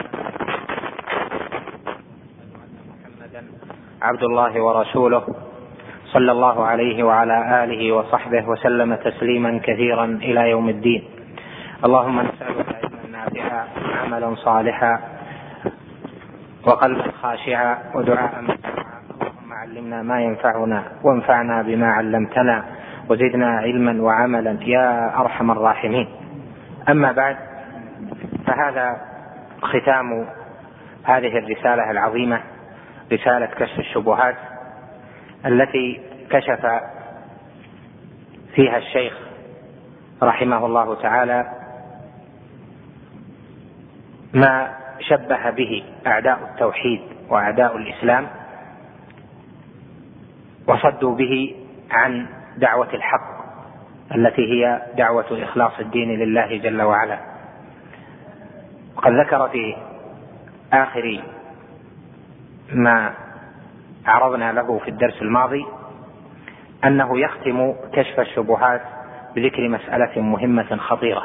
إلا محمدا عبد الله ورسوله، صلى الله عليه وعلى آله وصحبه وسلم تسليما كثيرا إلى يوم الدين. اللهم نسألك علما نافعا وعملا صالحا وقلبا خاشعا ودعاء مسموعا. اللهم علمنا ما ينفعنا وانفعنا بما علمتنا وزدنا علما وعملا يا أرحم الراحمين. أما بعد، فهذا ختام هذه الرسالة العظيمة، رسالة كشف الشبهات، التي كشف فيها الشيخ رحمه الله تعالى ما شبه به أعداء التوحيد وأعداء الإسلام وصدوا به عن دعوة الحق التي هي دعوة إخلاص الدين لله جل وعلا. وقد ذكر في آخر ما عرضنا له في الدرس الماضي أنه يختم كشف الشبهات بذكر مسألة مهمة خطيرة،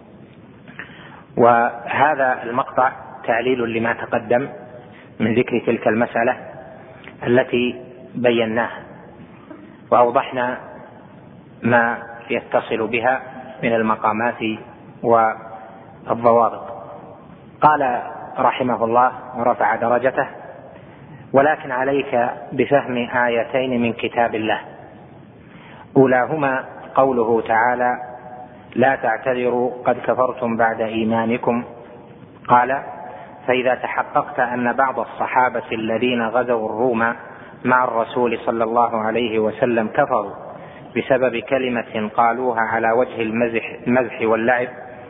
وهذا المقطع تعليل لما تقدم من ذكر تلك المسألة التي بيناها وأوضحنا ما يتصل بها من المقامات والضوابط. قال رحمه الله ورفع درجته: ولكن عليك بفهم آيتين من كتاب الله، أولاهما قوله تعالى: لا تعتذروا قد كفرتم بعد إيمانكم. قال: فإذا تحققت أن بعض الصحابة الذين غزوا الروم مع الرسول صلى الله عليه وسلم كفروا بسبب كلمة قالوها على وجه المزح واللعب،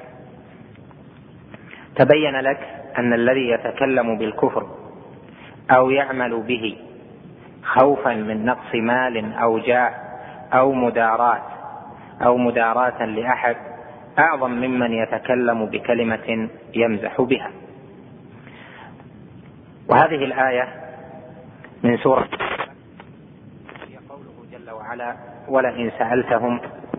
تبين لك أن الذي يتكلم بالكفر أو يعمل به خوفا من نقص مال أو جاه أو مداراة لأحد أعظم ممن يتكلم بكلمة يمزح بها. وهذه الآية من سورة هي قوله جل وعلا: ولئن سألتهم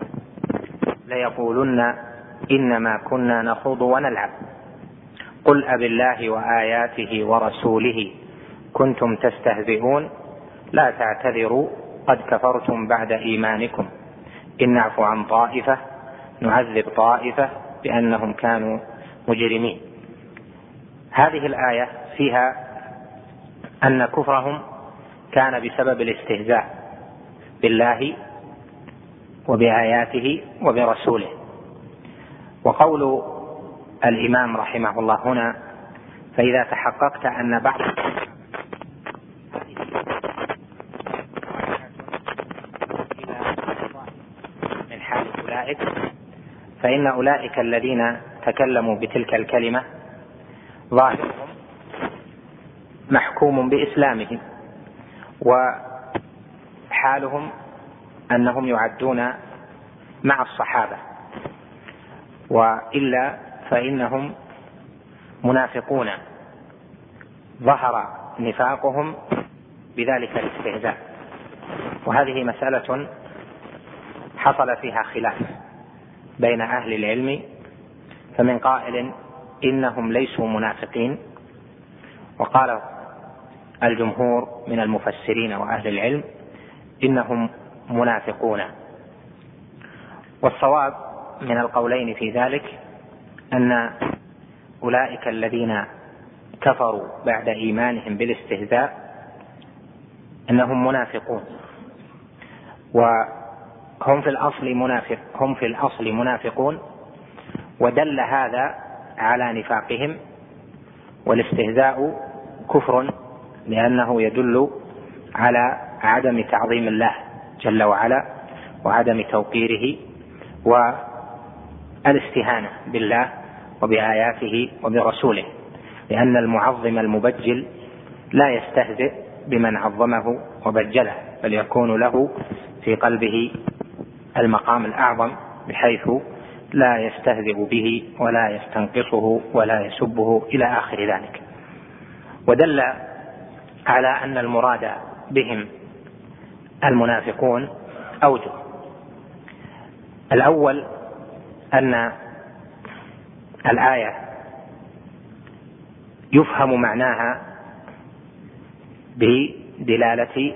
ليقولن إنما كنا نخوض ونلعب قل أبالله وآياته ورسوله كنتم تستهزئون لا تعتذروا قد كفرتم بعد إيمانكم إن نعفو عن طائفة نعذب طائفة بأنهم كانوا مجرمين. هذه الآية فيها أن كفرهم كان بسبب الاستهزاء بالله وبآياته وبرسوله. وقول الإمام رحمه الله هنا: فإذا تحققت أن بعض من حال أولئك، فإن أولئك الذين تكلموا بتلك الكلمة ظاهرهم محكوم بإسلامهم، وحالهم أنهم يعدون مع الصحابة، وإلا فإنهم منافقون ظهر نفاقهم بذلك الاستهزاء. وهذه مسألة حصل فيها خلاف بين أهل العلم، فمن قائل إنهم ليسوا منافقين، وقال الجمهور من المفسرين وأهل العلم إنهم منافقون. والصواب من القولين في ذلك أن أولئك الذين كفروا بعد إيمانهم بالاستهزاء أنهم منافقون، هم في الأصل منافقون، ودل هذا على نفاقهم، والاستهزاء كفر لأنه يدل على عدم تعظيم الله جل وعلا وعدم توقيره والاستهانة بالله وبآياته وبرسوله، لأن المعظم المبجل لا يستهزئ بمن عظمه وبجله، بل يكون له في قلبه المقام الأعظم بحيث لا يستهزئ به ولا يستنقصه ولا يسبه إلى آخر ذلك. ودل على أن المراد بهم المنافقون أوجه. الأول أن الآية يفهم معناها بدلالة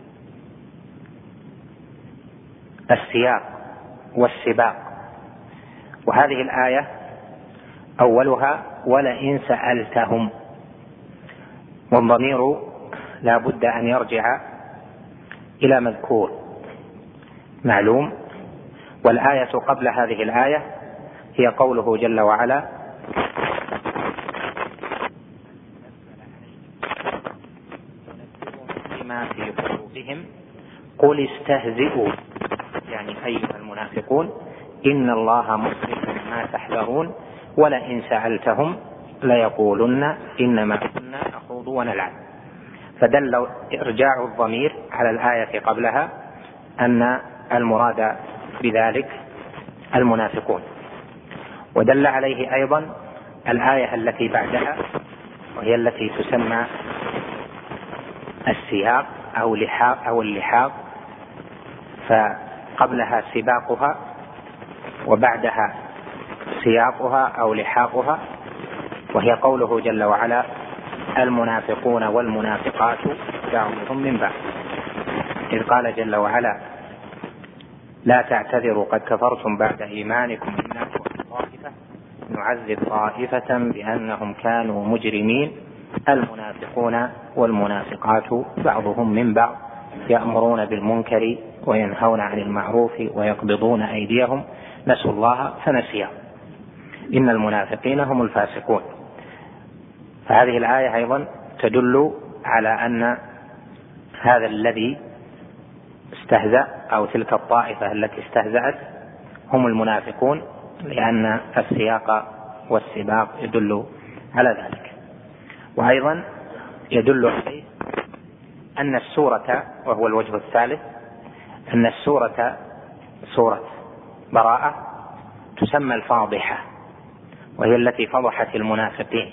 السياق والسباق، وهذه الآية أولها ولئن سألتهم، والضمير لا بد أن يرجع إلى مذكور معلوم، والآية قبل هذه الآية هي قوله جل وعلا بما في قلوبهم قل استهزئوا، يعني أيها المنافقون إن الله مخرج ما تحذرون ولئن سألتهم ليقولن إنما كنا نخوض ونلعب. فدل إرجاع الضمير على الآية قبلها أن المراد بذلك المنافقون، ودل عليه أيضا الآية التي بعدها وهي التي تسمى السياق أو اللحاق، فقبلها سباقها وبعدها سياقها أو لحاقها، وهي قوله جل وعلا المنافقون والمنافقات بعضهم من بعض، إذ قال جل وعلا لا تعتذروا قد كفرتم بعد إيمانكم إن نعفو عن طائفة نعذب طائفة بأنهم كانوا مجرمين المنافقون والمنافقات بعضهم من بعض يأمرون بالمنكر وينهون عن المعروف ويقبضون أيديهم نسوا الله فنسيهم إن المنافقين هم الفاسقون. فهذه الآية أيضا تدل على أن هذا الذي استهزأ أو تلك الطائفة التي استهزأت هم المنافقون، لأن السياق والسباق يدل على ذلك. وأيضا يدل عليه أن السورة، وهو الوجه الثالث، أن السورة سورة براءة تسمى الفاضحة، وهي التي فضحت المنافقين.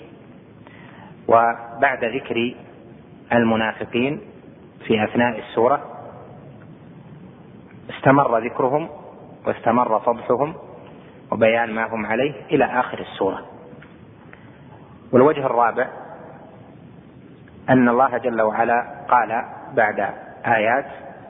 وبعد ذكر المنافقين في أثناء السورة استمر ذكرهم واستمر فضحهم وبيان ما هم عليه إلى آخر السورة. والوجه الرابع أن الله جل وعلا قال بعد آيات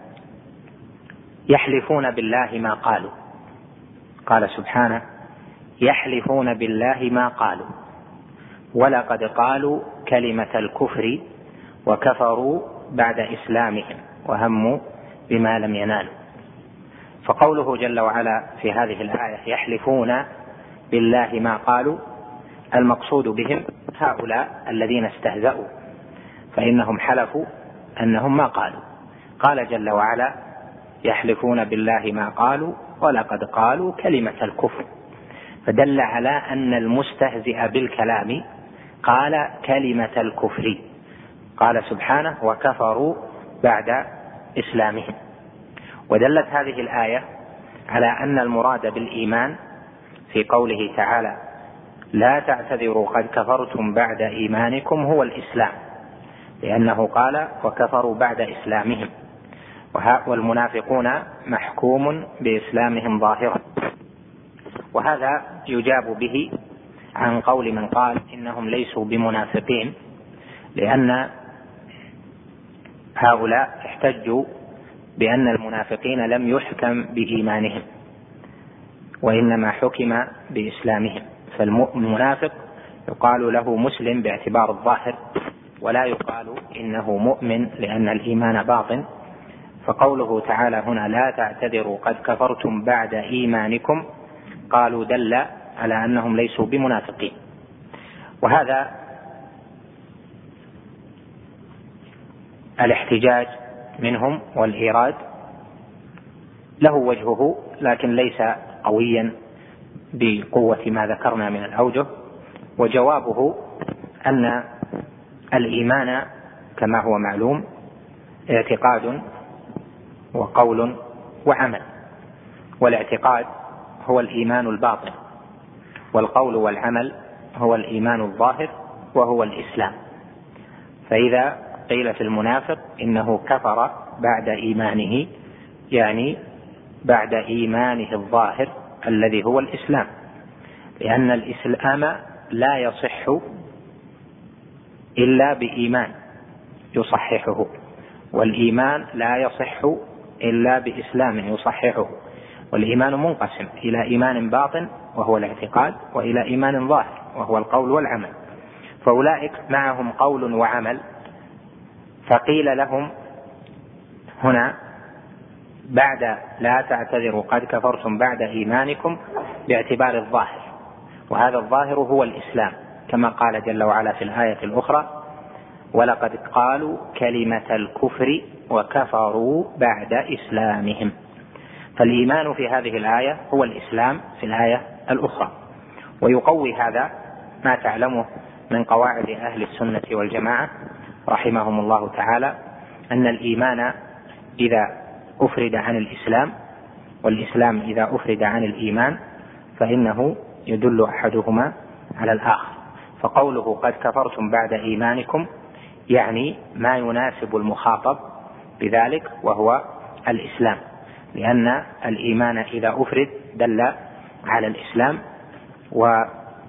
يحلفون بالله ما قالوا، قال سبحانه يحلفون بالله ما قالوا ولقد قالوا كلمة الكفر وكفروا بعد إسلامهم وهموا بما لم ينالوا. فقوله جل وعلا في هذه الآية يحلفون بالله ما قالوا، المقصود بهم هؤلاء الذين استهزأوا، فإنهم حلفوا أنهم ما قالوا. قال جل وعلا يحلفون بالله ما قالوا ولقد قالوا كلمة الكفر، فدل على أن المستهزئ بالكلام قال كلمة الكفر. قال سبحانه وكفروا بعد إسلامهم. ودلت هذه الآية على أن المراد بالإيمان في قوله تعالى لا تعتذروا قد كفرتم بعد إيمانكم هو الإسلام، لأنه قال وكفروا بعد إسلامهم، والمنافقون محكوم بإسلامهم ظاهرا. وهذا يجاب به عن قول من قال إنهم ليسوا بمنافقين، لأن هؤلاء احتجوا بأن المنافقين لم يحكم بإيمانهم وإنما حكم بإسلامهم، فالمنافق يقال له مسلم باعتبار الظاهر ولا يقال إنه مؤمن لأن الإيمان باطن، فقوله تعالى هنا لا تعتذروا قد كفرتم بعد إيمانكم قالوا دل على أنهم ليسوا بمنافقين. وهذا الاحتجاج منهم والإيراد له وجهه، لكن ليس قويا بقوة ما ذكرنا من الأوجه. وجوابه أن الإيمان كما هو معلوم اعتقاد وقول وعمل، والاعتقاد هو الإيمان الباطن، والقول والعمل هو الإيمان الظاهر وهو الإسلام. فإذا قيل في المنافق إنه كفر بعد إيمانه، يعني بعد إيمانه الظاهر الذي هو الإسلام، لأن الإسلام لا يصح إلا بإيمان يصححه، والإيمان لا يصح إلا بإسلام يصححه. والإيمان منقسم إلى إيمان باطن وهو الاعتقاد، وإلى إيمان ظاهر وهو القول والعمل. فأولئك معهم قول وعمل، فقيل لهم هنا بعد لا تعتذروا قد كفرتم بعد إيمانكم باعتبار الظاهر، وهذا الظاهر هو الإسلام، كما قال جل وعلا في الآية الأخرى ولقد قالوا كلمة الكفر وكفروا بعد إسلامهم. فالإيمان في هذه الآية هو الإسلام في الآية الأخرى. ويقوي هذا ما تعلمه من قواعد أهل السنة والجماعة رحمهم الله تعالى، أن الإيمان إذا أفرد عن الإسلام، والإسلام إذا أفرد عن الإيمان، فإنه يدل أحدهما على الآخر. فقوله قد كفرتم بعد إيمانكم يعني ما يناسب المخاطب بذلك وهو الإسلام، لأن الإيمان إذا أفرد دل على الإسلام، وهذا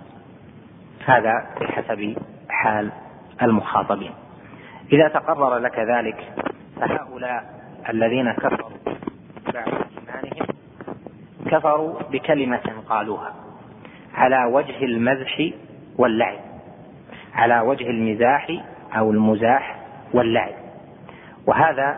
بحسب حال المخاطبين. إذا تقرر لك ذلك فهؤلاء الذين كفروا بعد إيمانهم كفروا بكلمة قالوها على وجه المزح واللعب، على وجه المزاح أو المزاح واللعب. وهذا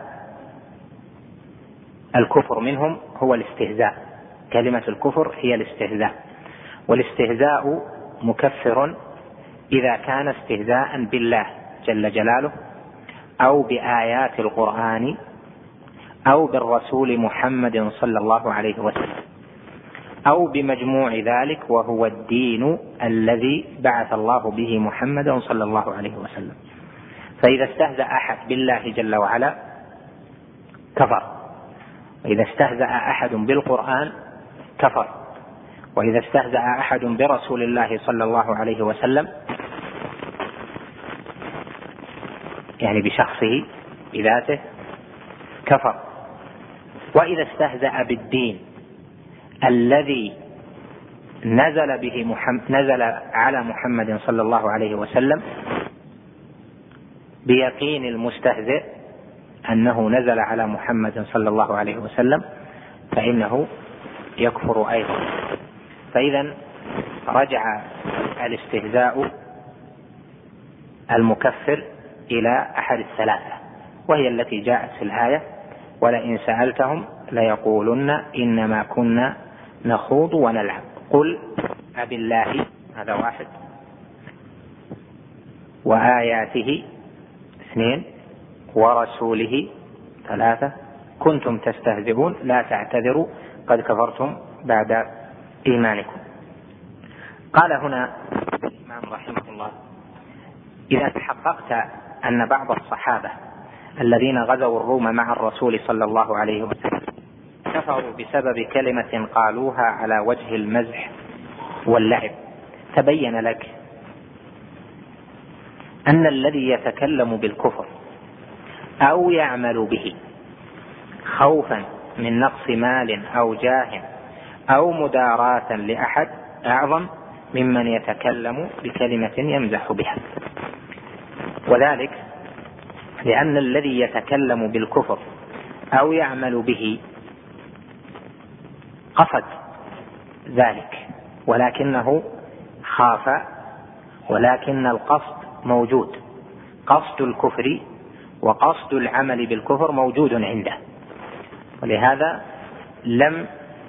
الكفر منهم هو الاستهزاء، كلمة الكفر هي الاستهزاء، والاستهزاء مكفر إذا كان استهزاء بالله جل جلاله أو بآيات القرآن أو بالرسول محمد صلى الله عليه وسلم أو بمجموع ذلك، وهو الدين الذي بعث الله به محمدا صلى الله عليه وسلم. فإذا استهزأ أحد بالله جل وعلا كفر، وإذا استهزأ أحد بالقرآن كفر، وإذا استهزأ أحد برسول الله صلى الله عليه وسلم يعني بشخصه بذاته كفر، وإذا استهزأ بالدين الذي نزل على محمد صلى الله عليه وسلم بيقين المستهزئ أنه نزل على محمد صلى الله عليه وسلم فإنه يكفر أيضا. فإذا رجع الاستهزاء المكفر إلى أحد الثلاثة، وهي التي جاءت في الآية ولئن سألتهم ليقولن إنما كنا نخوض ونلعب قل أبالله، هذا واحد، وآياته اثنين، ورسوله ثلاثة، كنتم تستهزئون لا تعتذروا قد كفرتم بعد إيمانكم. قال هنا الإمام رحمه الله إذا تحققت أن بعض الصحابة الذين غزوا الروم مع الرسول صلى الله عليه وسلم كفروا بسبب كلمة قالوها على وجه المزح واللعب، تبين لك أن الذي يتكلم بالكفر أو يعمل به خوفا من نقص مال أو جاه أو مداراة لأحد أعظم ممن يتكلم بكلمة يمزح بها. وذلك لأن الذي يتكلم بالكفر أو يعمل به قصد ذلك ولكنه خاف، ولكن القصد موجود، قصد الكفر وقصد العمل بالكفر موجود عنده، ولهذا لم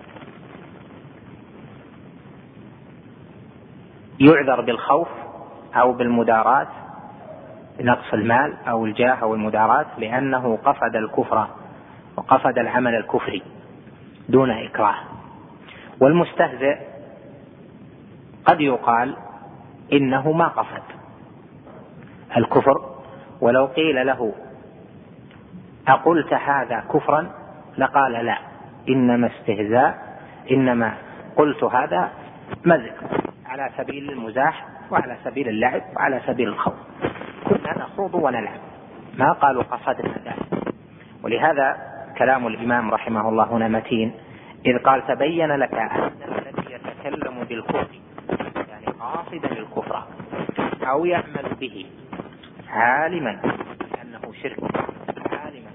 يعذر بالخوف أو بالمداراة بنقص المال أو الجاه أو المداراة، لأنه قصد الكفر وقصد العمل الكفري دون إكراه. والمستهزئ قد يقال إنه ما قصد الكفر، ولو قيل له أقلت هذا كفرا لقال لا، إنما استهزاء، إنما قلت هذا مزح على سبيل المزاح وعلى سبيل اللعب وعلى سبيل الخوف، كنا نخوض ونلعب، ما قالوا قصدنا ذلك. ولهذا كلام الإمام رحمه الله هنا متين، إذ قال تبين لك أن الذي يتكلم بالكفر يعني قاصدا للكفر أو يعمل به عالما أنه شرك، عالما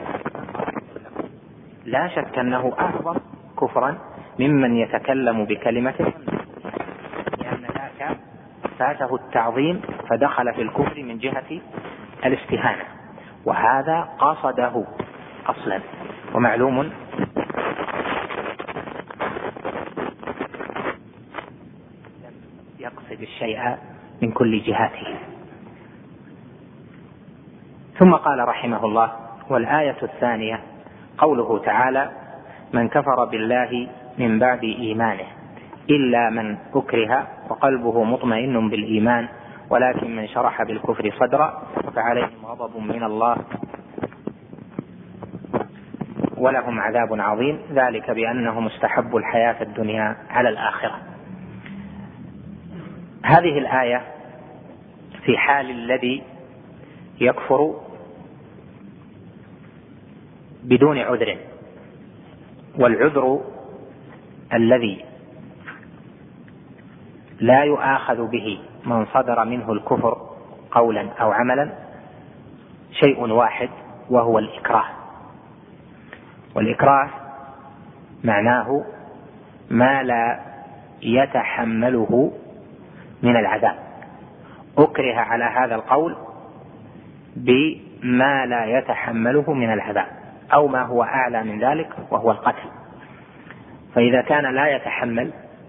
لا شك أنه أعظم كفرا ممن يتكلم بكلمة لأن ذاك فاته التعظيم فدخل في الكفر من جهة الاستهانة، وهذا قصده أصلا. ومعلوم يقصد الشيء من كل جهاته. ثم قال رحمه الله: والآية الثانية قوله تعالى: من كفر بالله من بعد إيمانه إلا من أكره وقلبه مطمئن بالإيمان ولكن من شرح بالكفر صدرا فعليهم غضب من الله ولهم عذاب عظيم ذلك بأنهم استحبوا الحياة الدنيا على الآخرة. هذه الآية في حال الذي يكفر بدون عذر، والعذر الذي لا يؤاخذ به من صدر منه الكفر قولا أو عملا شيء واحد، وهو الإكراه. والإكراه معناه ما لا يتحمله من العذاب، أكره على هذا القول بما لا يتحمله من العذاب أو ما هو أعلى من ذلك وهو القتل. فإذا كان لا يتحمل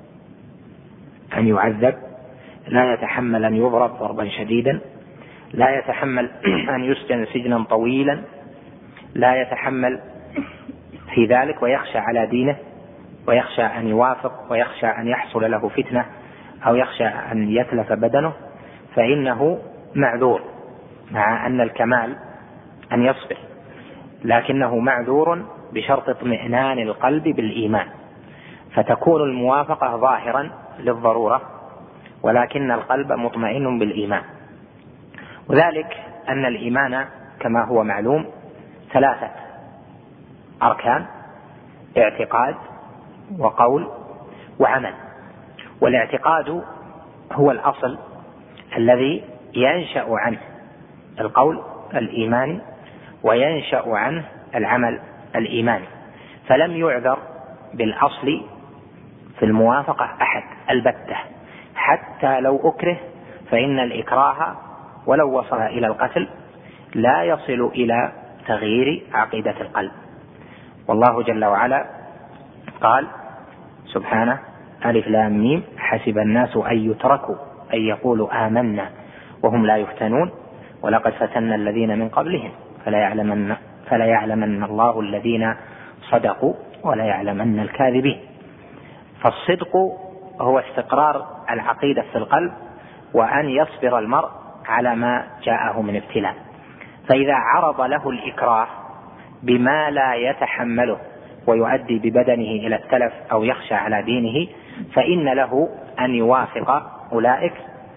أن يعذب، لا يتحمل أن يضرب ضربا شديدا، لا يتحمل أن يسجن سجنا طويلا، لا يتحمل في ذلك ويخشى على دينه ويخشى أن يوافق ويخشى أن يحصل له فتنة أو يخشى أن يتلف بدنه، فإنه معذور، مع أن الكمال أن يصبر، لكنه معذور بشرط اطمئنان القلب بالإيمان، فتكون الموافقة ظاهرا للضرورة ولكن القلب مطمئن بالإيمان. وذلك أن الإيمان كما هو معلوم 3 أركان: اعتقاد وقول وعمل. والاعتقاد هو الأصل الذي ينشأ عنه القول الإيماني وينشأ عنه العمل الإيماني، فلم يعذر بالأصل في الموافقة أحد البتة، حتى لو أكره، فإن الإكراه ولو وصل إلى القتل لا يصل إلى تغيير عقيدة القلب. والله جل وعلا قال سبحانه: ألف لام ميم حسب الناس أن يتركوا أن يقولوا آمنا وهم لا يفتنون ولقد فتنا الذين من قبلهم فلا يعلمن الله الذين صدقوا ولا يعلمن الكاذبين. فالصدق هو استقرار العقيدة في القلب وأن يصبر المرء على ما جاءه من ابتلاء. فإذا عرض له الإكراه بما لا يتحمله ويؤدي ببدنه إلى التلف أو يخشى على دينه، فإن له أن يوافق أولئك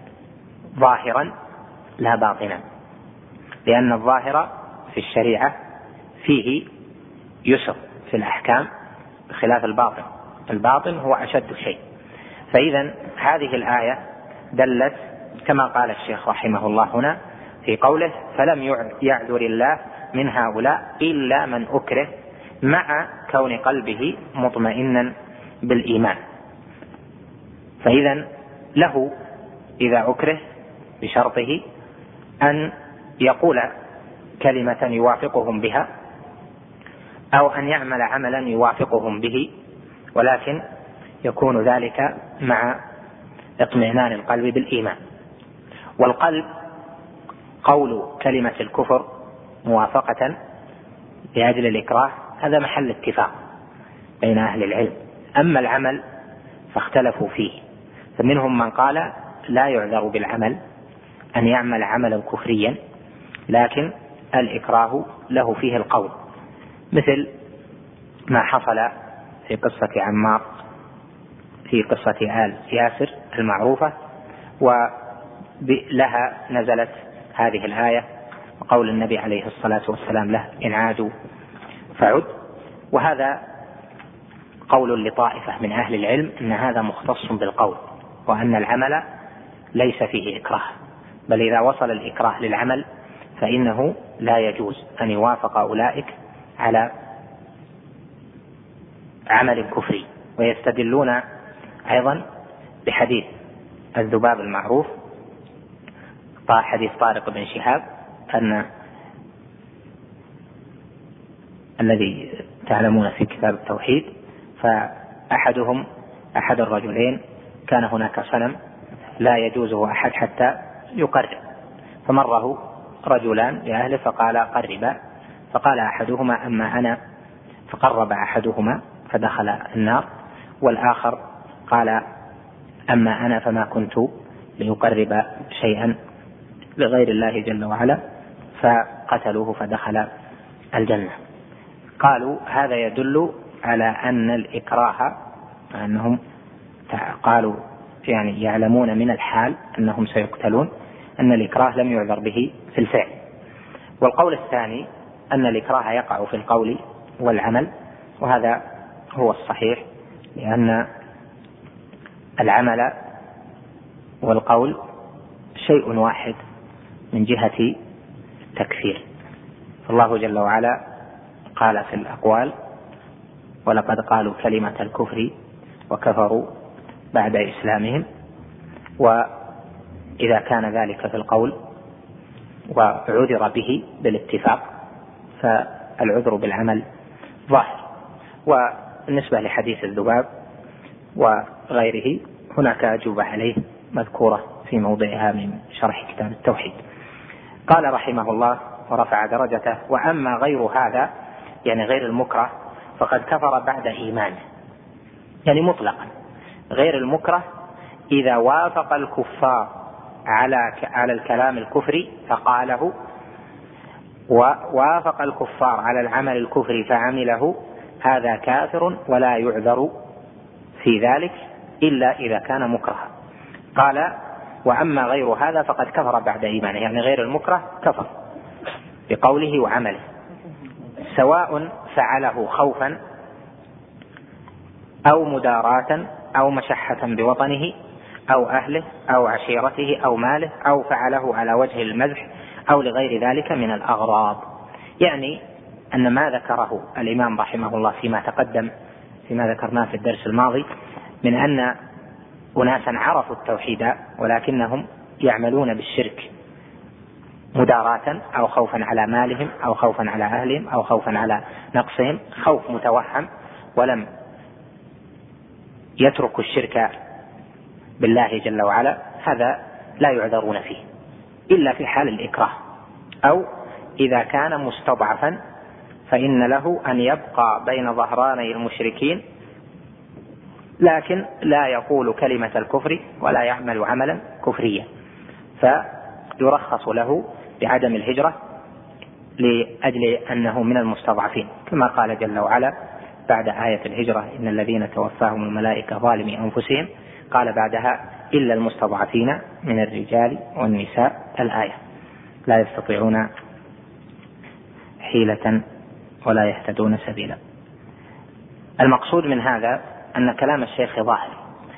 ظاهرا لا باطنا، لأن الظاهر في الشريعة فيه يسر في الأحكام بخلاف الباطن، الباطن هو أشد شيء. فإذا هذه الآية دلت كما قال الشيخ رحمه الله هنا في قوله: فلم يعذر الله من هؤلاء إلا من أكره، مع كون قلبه مطمئنا بالإيمان. فإذا له إذا أكره بشرطه أن يقول كلمة يوافقهم بها أو أن يعمل عملا يوافقهم به، ولكن يكون ذلك مع اطمئنان القلب بالإيمان. والقلب قول كلمة الكفر موافقة لأجل الإكراه هذا محل اتفاق بين أهل العلم. أما العمل فاختلفوا فيه، فمنهم من قال لا يعذر بالعمل أن يعمل عملا كفريا، لكن الإكراه له فيه القول، مثل ما حصل في قصة عمار في قصة آل ياسر المعروفة، ولها نزلت هذه الآية وقول النبي عليه الصلاة والسلام له إن عادوا فعد. وهذا قول لطائفة من أهل العلم أن هذا مختص بالقول، وأن العمل ليس فيه إكراه، بل إذا وصل الإكراه للعمل فإنه لا يجوز أن يوافق أولئك على عمل كفري. ويستدلون أيضا بحديث الذباب المعروف، حديث طارق بن شهاب أن الذي تعلمون في كتاب التوحيد، فأحدهم أحد الرجلين كان هناك صنم لا يجوزه أحد حتى يقرب، فمره رجلان لأهله فقال قربا، فقال أحدهما أما أنا، فقرب أحدهما فدخل النار، والآخر قال أما أنا فما كنت ليقرب شيئا لغير الله جل وعلا، فقتلوه فدخل الجنة. قالوا هذا يدل على أن الإكراه، أنهم قالوا يعني يعلمون من الحال أنهم سيقتلون، أن الإكراه لم يعذر به في الفعل. والقول الثاني أن الإكراه يقع في القول والعمل، وهذا هو الصحيح، لأن العمل والقول شيء واحد من جهة التكفير. الله جل وعلا قال في الأقوال ولقد قالوا كلمة الكفر وكفروا بعد إسلامهم. وإذا كان ذلك في القول وعذر به بالاتفاق فالعذر بالعمل ظاهر. وبالنسبة لحديث الذباب وغيره هناك أجوبة عليه مذكورة في موضعها من شرح كتاب التوحيد. قال رحمه الله ورفع درجته: وأما غير هذا يعني غير المكره فقد كفر بعد إيمانه، يعني مطلقا غير المكره إذا وافق الكفار على الكلام الكفري فقاله، ووافق الكفار على العمل الكفري فعمله، هذا كافر ولا يعذر في ذلك إلا إذا كان مكرها. قال: وأما غير هذا فقد كفر بعد إيمانه، يعني غير المكره كفر بقوله وعمله، سواء فعله خوفا أو مداراة أو مشحة بوطنه أو أهله أو عشيرته أو ماله، أو فعله على وجه المزح أو لغير ذلك من الأغراض. يعني أن ما ذكره الإمام رحمه الله فيما تقدم فيما ذكرناه في الدرس الماضي من أن أناسا عرفوا التوحيد ولكنهم يعملون بالشرك مداراة أو خوفا على مالهم أو خوفا على أهلهم أو خوفا على نقصهم، خوف متوهم، ولم يتركوا الشرك بالله جل وعلا، هذا لا يعذرون فيه إلا في حال الإكراه، أو إذا كان مستضعفا فإن له أن يبقى بين ظهراني المشركين لكن لا يقول كلمة الكفر ولا يعمل عملا كفريا، فيرخص له بعدم الهجرة لأجل أنه من المستضعفين، كما قال جل وعلا بعد آية الهجرة: إن الذين توفاهم الملائكة ظالمي أنفسهم، قال بعدها: إلا المستضعفين من الرجال والنساء، الآية، لا يستطيعون حيلة ولا يهتدون سبيلا. المقصود من هذا أن كلام الشيخ ظاهر،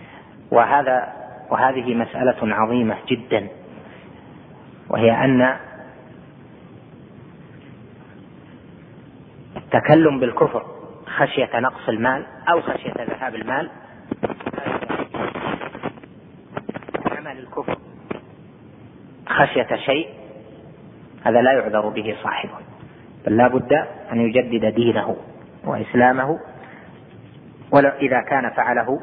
وهذه مسألة عظيمة جدا، وهي أن التكلم بالكفر خشية نقص المال أو خشية ذهاب المال، عمل الكفر خشية شيء، هذا لا يعذر به صاحبه، بل لا بد أن يجدد دينه وإسلامه، ولو إذا كان فعله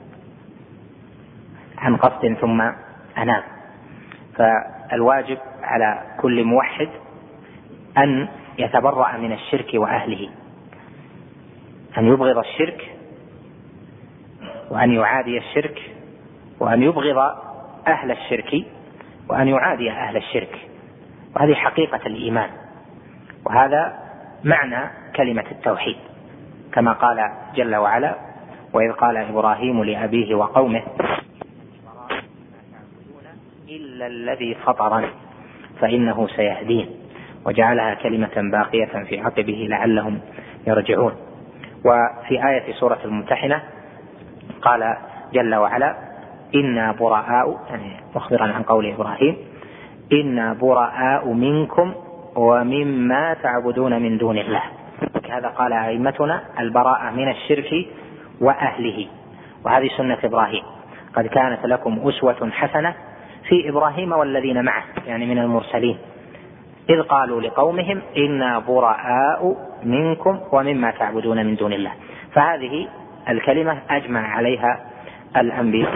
عن قصد ثم أناب. فالواجب على كل موحد أن يتبرأ من الشرك وأهله، أن يبغض الشرك وأن يعادي الشرك، وأن يبغض أهل الشرك وأن يعادي أهل الشرك. وهذه حقيقة الإيمان، وهذا معنى كلمة التوحيد، كما قال جل وعلا: وإذ قال إبراهيم لأبيه وقومه إلا الذي فطرني فإنه سيهدين، وجعلها كلمة باقية في عقبه لعلهم يرجعون. وفي آية سورة الممتحنة قال جل وعلا: إنا براء، يعني مخبرا عن قول إبراهيم: إنا براء منكم ومما تعبدون من دون الله. هذا قال أئمتنا البراءة من الشرك وأهله، وهذه سنة إبراهيم: قد كانت لكم أسوة حسنة في إبراهيم والذين معه، يعني من المرسلين، إذ قالوا لقومهم إنا براء منكم ومما تعبدون من دون الله. فهذه الكلمة أجمع عليها الأنبياء: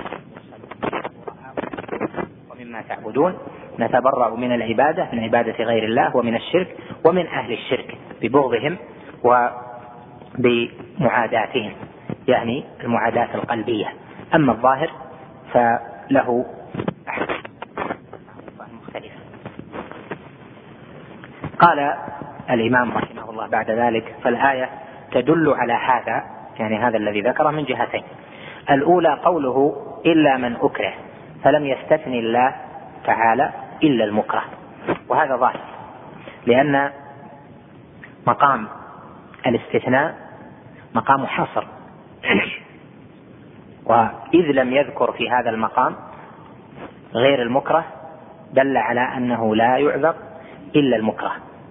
ومما تعبدون، نتبرأ من العبادة، من عبادة غير الله، ومن الشرك، ومن أهل الشرك ببغضهم وبمعاداتهم، يعني المعاداة القلبية. أما الظاهر فله مختلفة. قال الإمام رحمه الله بعد ذلك: فالآية تدل على هذا، يعني هذا الذي ذكره، من جهتين: الأولى قوله إلا من أكره، فلم يستثني الله تعالى إلا المكره، وهذا ظاهر، لأن مقام الاستثناء مقام حصر، وإذ لم يذكر في هذا المقام غير المكره دل على أنه لا يعذر إلا المكره.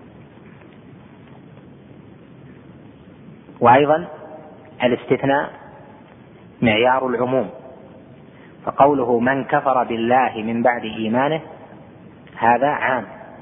وأيضا الاستثناء معيار العموم، فقوله من كفر بالله من بعد إيمانه هذا عام،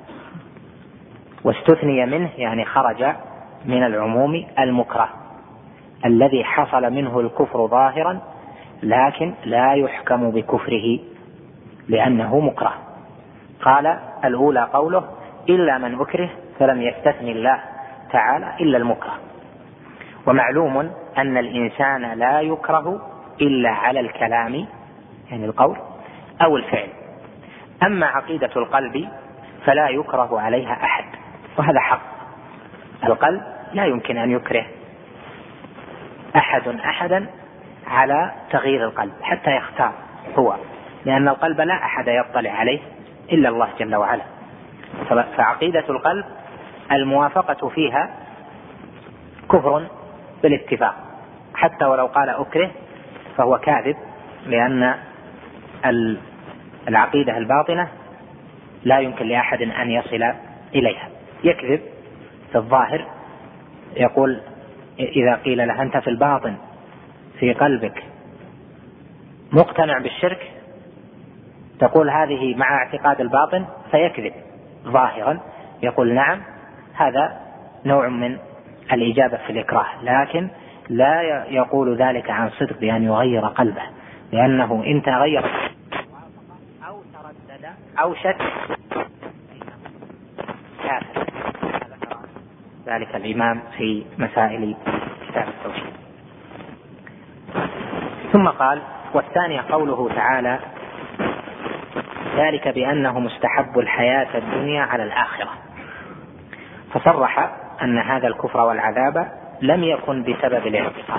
واستثني منه يعني خرج من العموم المكره الذي حصل منه الكفر ظاهرا، لكن لا يحكم بكفره لأنه مكره. قال: الأولى قوله إلا من أكره، فلم يستثني الله تعالى إلا المكره. ومعلوم أن الإنسان لا يكره إلا على الكلام، يعني القول أو الفعل. أما عقيدة القلب فلا يكره عليها أحد، وهذا حق. القلب لا يمكن أن يكره أحدا على تغيير القلب حتى يختار هو، لأن القلب لا أحد يطلع عليه إلا الله جل وعلا. فعقيدة القلب الموافقة فيها كفر بالاتفاق، حتى ولو قال أكره فهو كاذب، لأن العقيدة الباطنة لا يمكن لأحد أن يصل إليها. يكذب في الظاهر، يقول إذا قيل له أنت في الباطن في قلبك مقتنع بالشرك، تقول هذه مع اعتقاد الباطن، فيكذب ظاهرا يقول نعم، هذا نوع من الإجابة في الإكراه، لكن لا يقول ذلك عن صدق بأن يغير قلبه، لأنه إن تغير أو تردد أو شك كافر. ذلك الإمام في مسائل كتاب التوحيد. ثم قال: والثانية قوله تعالى: ذلك بأنه مستحب الحياة الدنيا على الآخرة. فصرح أن هذا الكفر والعذاب لم يكن بسبب الاعتقاد،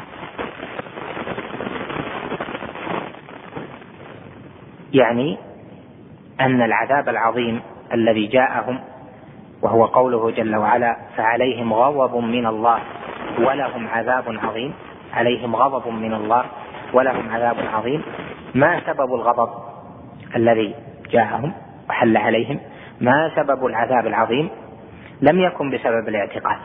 يعني أن العذاب العظيم الذي جاءهم، وهو قوله جل وعلا: فعليهم غضب من الله ولهم عذاب عظيم، عليهم غضب من الله ولهم عذاب عظيم، ما سبب الغضب الذي جاءهم وحل عليهم؟ ما سبب العذاب العظيم؟ لم يكن بسبب الاعتقاد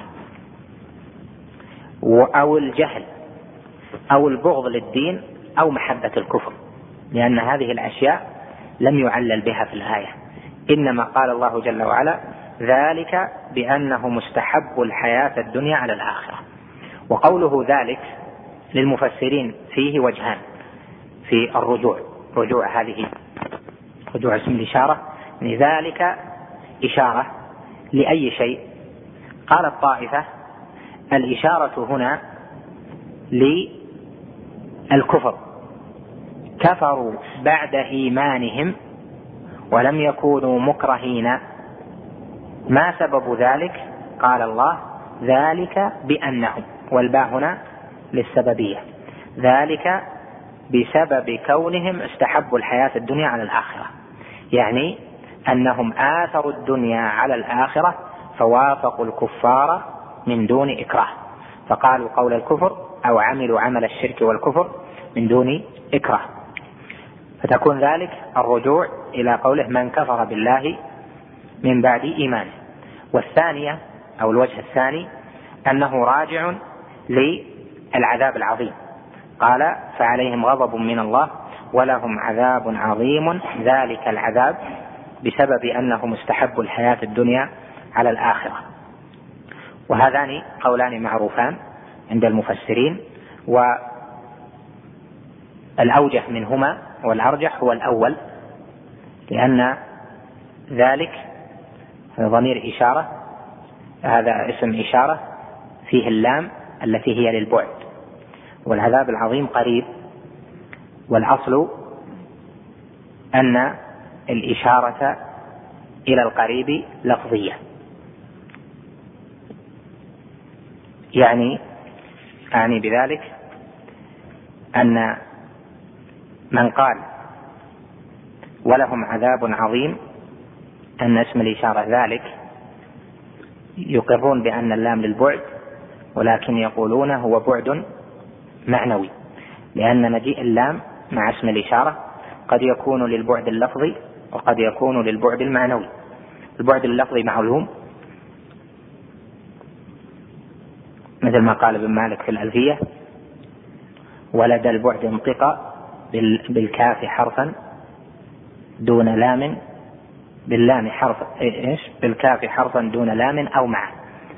أو الجهل أو البغض للدين أو محبة الكفر، لأن هذه الأشياء لم يعلل بها في الآية، إنما قال الله جل وعلا: ذلك بأنه مستحب الحياة الدنيا على الآخرة. وقوله ذلك للمفسرين فيه وجهان في رجوع هذه رجوع اسم الإشارة، ذلك إشارة لأي شيء. قال الطائفة الإشارة هنا للكفر، كفروا بعد إيمانهم ولم يكونوا مكرهين. ما سبب ذلك؟ قال الله ذلك بأنهم، والباء هنا للسببية، ذلك بسبب كونهم استحبوا الحياة الدنيا على الآخرة، يعني أنهم آثروا الدنيا على الآخرة فوافقوا الكفار من دون إكراه، فقالوا قول الكفر أو عملوا عمل الشرك والكفر من دون إكراه، فتكون ذلك الرجوع إلى قوله من كفر بالله من بعد إيمانه. والثانية أو الوجه الثاني أنه راجع للعذاب العظيم، قال فعليهم غضب من الله ولهم عذاب عظيم، ذلك العذاب بسبب أنهم استحبوا الحياة الدنيا على الآخرة. وهذان قولان معروفان عند المفسرين، والأوجه منهما والأرجح هو الأول، لأن ذلك ضمير إشارة، هذا اسم إشارة فيه اللام التي هي للبعد، والعذاب العظيم قريب، والأصل أن الإشارة إلى القريب لفظية، يعني أعني بذلك أن من قال ولهم عذاب عظيم أن اسم الإشارة ذلك يقرون بأن اللام للبعد، ولكن يقولون هو بعد معنوي، لأن مجيء اللام مع اسم الإشارة قد يكون للبعد اللفظي وقد يكون للبعد المعنوي. البعد اللفظي معلوم، مثل ما قال ابن مالك في الألفية ولد البعد انطق بالكاف حرفا دون لام، باللام حرف بالكاف حرفا دون لام أو معه،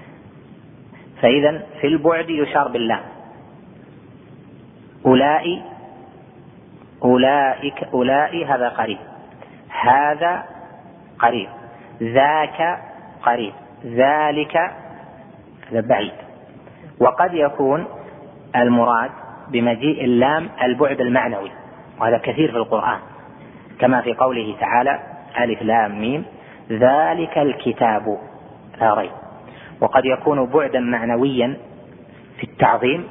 فإذا في البعد يشار باللام. أولئك هذا قريب، هذا قريب، ذاك قريب، ذلك هذا بعيد. وقد يكون المراد بمجيء اللام البعد المعنوي، وهذا كثير في القرآن، كما في قوله تعالى ألف لام ميم ذلك الكتاب لا ريب. وقد يكون بعدا معنويا في التعظيم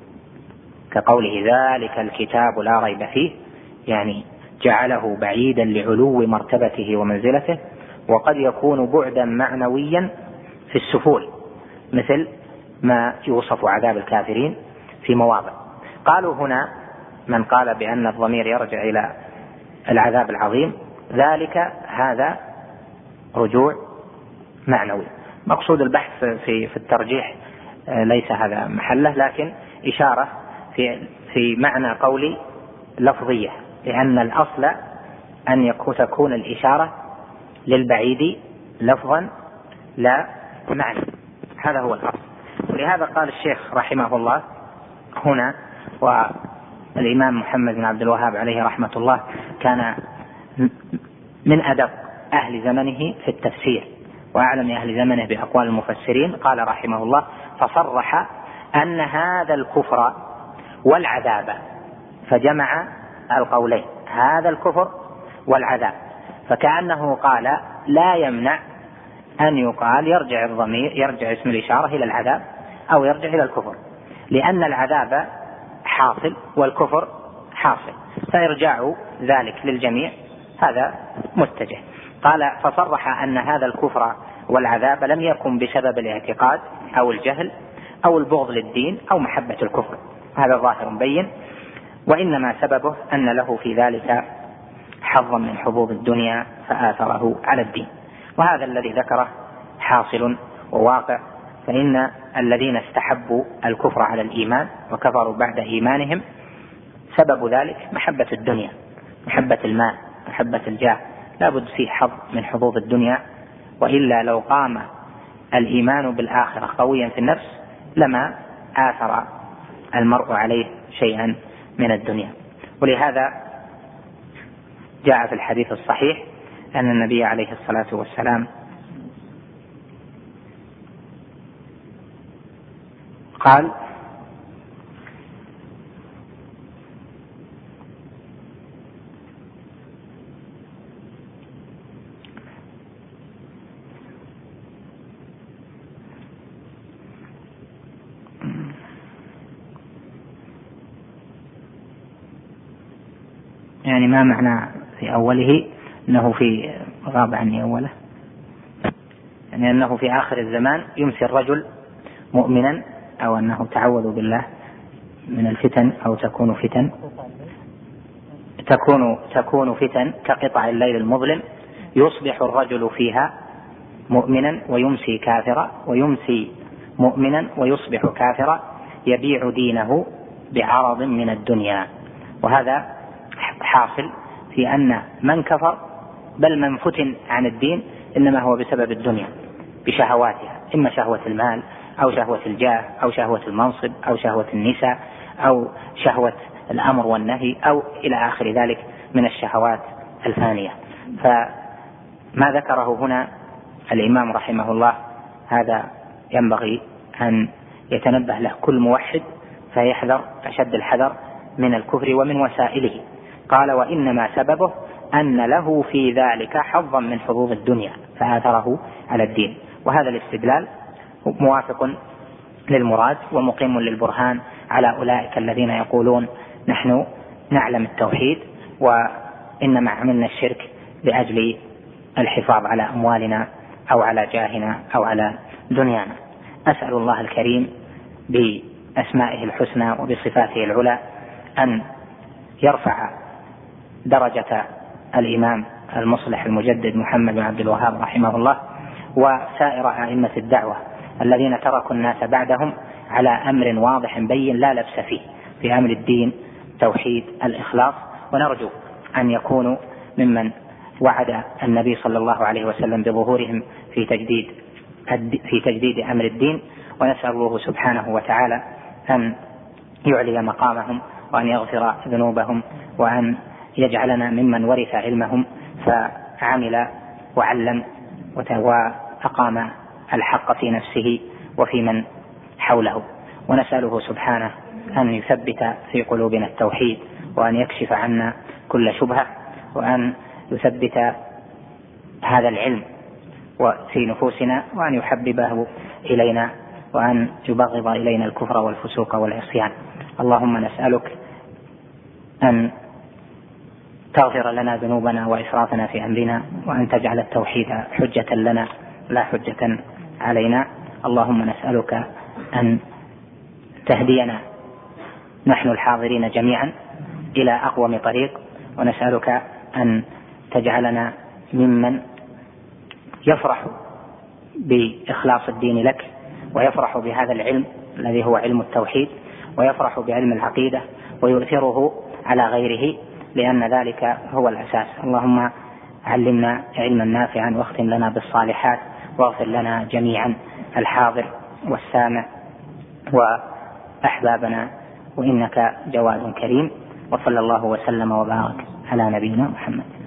كقوله ذلك الكتاب لا ريب فيه، يعني جعله بعيدا لعلو مرتبته ومنزلته. وقد يكون بعدا معنويا في السفول، مثل ما يوصف عذاب الكافرين في مواضع. قالوا هنا من قال بأن الضمير يرجع إلى العذاب العظيم ذلك هذا رجوع معنوي. مقصود البحث في الترجيح ليس هذا محله، لكن إشارة في معنى قولي لفظية، لأن الأصل أن تكون الإشارة للبعيد لفظا لا معنى، هذا هو الأصل. ولهذا قال الشيخ رحمه الله هنا، والإمام محمد بن عبد الوهاب عليه رحمة الله كان من أدق أهل زمنه في التفسير وأعلم أهل زمنه بأقوال المفسرين، قال رحمه الله فصرح أن هذا الكفر والعذاب، فجمع القولين هذا الكفر والعذاب، فكأنه قال لا يمنع أن يقال يرجع الضمير يرجع اسم الإشارة إلى العذاب أو يرجع إلى الكفر، لأن العذاب حاصل والكفر حاصل، فإرجاع ذلك للجميع هذا متجه. قال فصرح أن هذا الكفر والعذاب لم يكن بسبب الاعتقاد أو الجهل أو البغض للدين أو محبة الكفر، هذا ظاهر بين، وإنما سببه أن له في ذلك حظا من حظوظ الدنيا فآثره على الدين. وهذا الذي ذكره حاصل وواقع، فإن الذين استحبوا الكفر على الإيمان وكفروا بعد إيمانهم سبب ذلك محبة الدنيا، محبة المال، محبة الجاه، لا بد فيه حظ من حظوظ الدنيا، وإلا لو قام الإيمان بالآخرة قويا في النفس لما آثر المرء عليه شيئا من الدنيا. ولهذا جاء في الحديث الصحيح أن النبي عليه الصلاة والسلام قال: يعني ما معنى في أوله؟ أنه في غاب عني أوله، يعني أنه في آخر الزمان يمسي الرجل مؤمنا، أو أنه تعوذ بالله من الفتن، أو تكون فتن كقطع الليل المظلم، يصبح الرجل فيها مؤمنا ويمسي كافرا، ويمسي مؤمنا ويصبح كافرا، يبيع دينه بعرض من الدنيا. وهذا حاصل في أن من كفر بل من فتن عن الدين إنما هو بسبب الدنيا بشهواتها، إما شهوة المال أو شهوة الجاه أو شهوة المنصب أو شهوة النساء أو شهوة الأمر والنهي أو إلى آخر ذلك من الشهوات الفانية. فما ذكره هنا الإمام رحمه الله هذا ينبغي أن يتنبه له كل موحد، فيحذر أشد الحذر من الكفر ومن وسائله. قال: وإنما سببه أن له في ذلك حظا من حظوظ الدنيا فآثره على الدين. وهذا الاستدلال موافق للمراد ومقيم للبرهان على أولئك الذين يقولون: نحن نعلم التوحيد وإنما عملنا الشرك لأجل الحفاظ على أموالنا أو على جاهنا أو على دنيانا. أسأل الله الكريم بأسمائه الحسنى وبصفاته العلى أن يرفع درجة الإمام المصلح المجدد محمد بن عبد الوهاب رحمه الله وسائر أئمة الدعوة الذين تركوا الناس بعدهم على أمر واضح بين لا لبس فيه، في أمر الدين، توحيد، الإخلاص. ونرجو أن يكونوا ممن وعد النبي صلى الله عليه وسلم بظهورهم في تجديد أمر الدين. ونسأل الله سبحانه وتعالى أن يعلي مقامهم وأن يغفر ذنوبهم وأن يجعلنا ممن ورث علمهم فعمل وعلم وأقام الحق في نفسه وفي من حوله. ونسأله سبحانه أن يثبت في قلوبنا التوحيد، وأن يكشف عنا كل شبهة، وأن يثبت هذا العلم في نفوسنا، وأن يحببه إلينا، وأن يبغض إلينا الكفر والفسوق والعصيان. اللهم نسألك أن تغفر لنا ذنوبنا وإسرافنا في أمرنا، وأن تجعل التوحيد حجة لنا لا حجة علينا. اللهم نسألك أن تهدينا نحن الحاضرين جميعا إلى أقوم طريق، ونسألك أن تجعلنا ممن يفرح بإخلاص الدين لك، ويفرح بهذا العلم الذي هو علم التوحيد، ويفرح بعلم العقيدة ويؤثره على غيره، لأن ذلك هو الأساس. اللهم علمنا علما نافعا واختم لنا بالصالحات، واغفر لنا جميعا الحاضر والسامع وأحبابنا، وإنك جواد كريم. وصلى الله وسلم وبارك على نبينا محمد.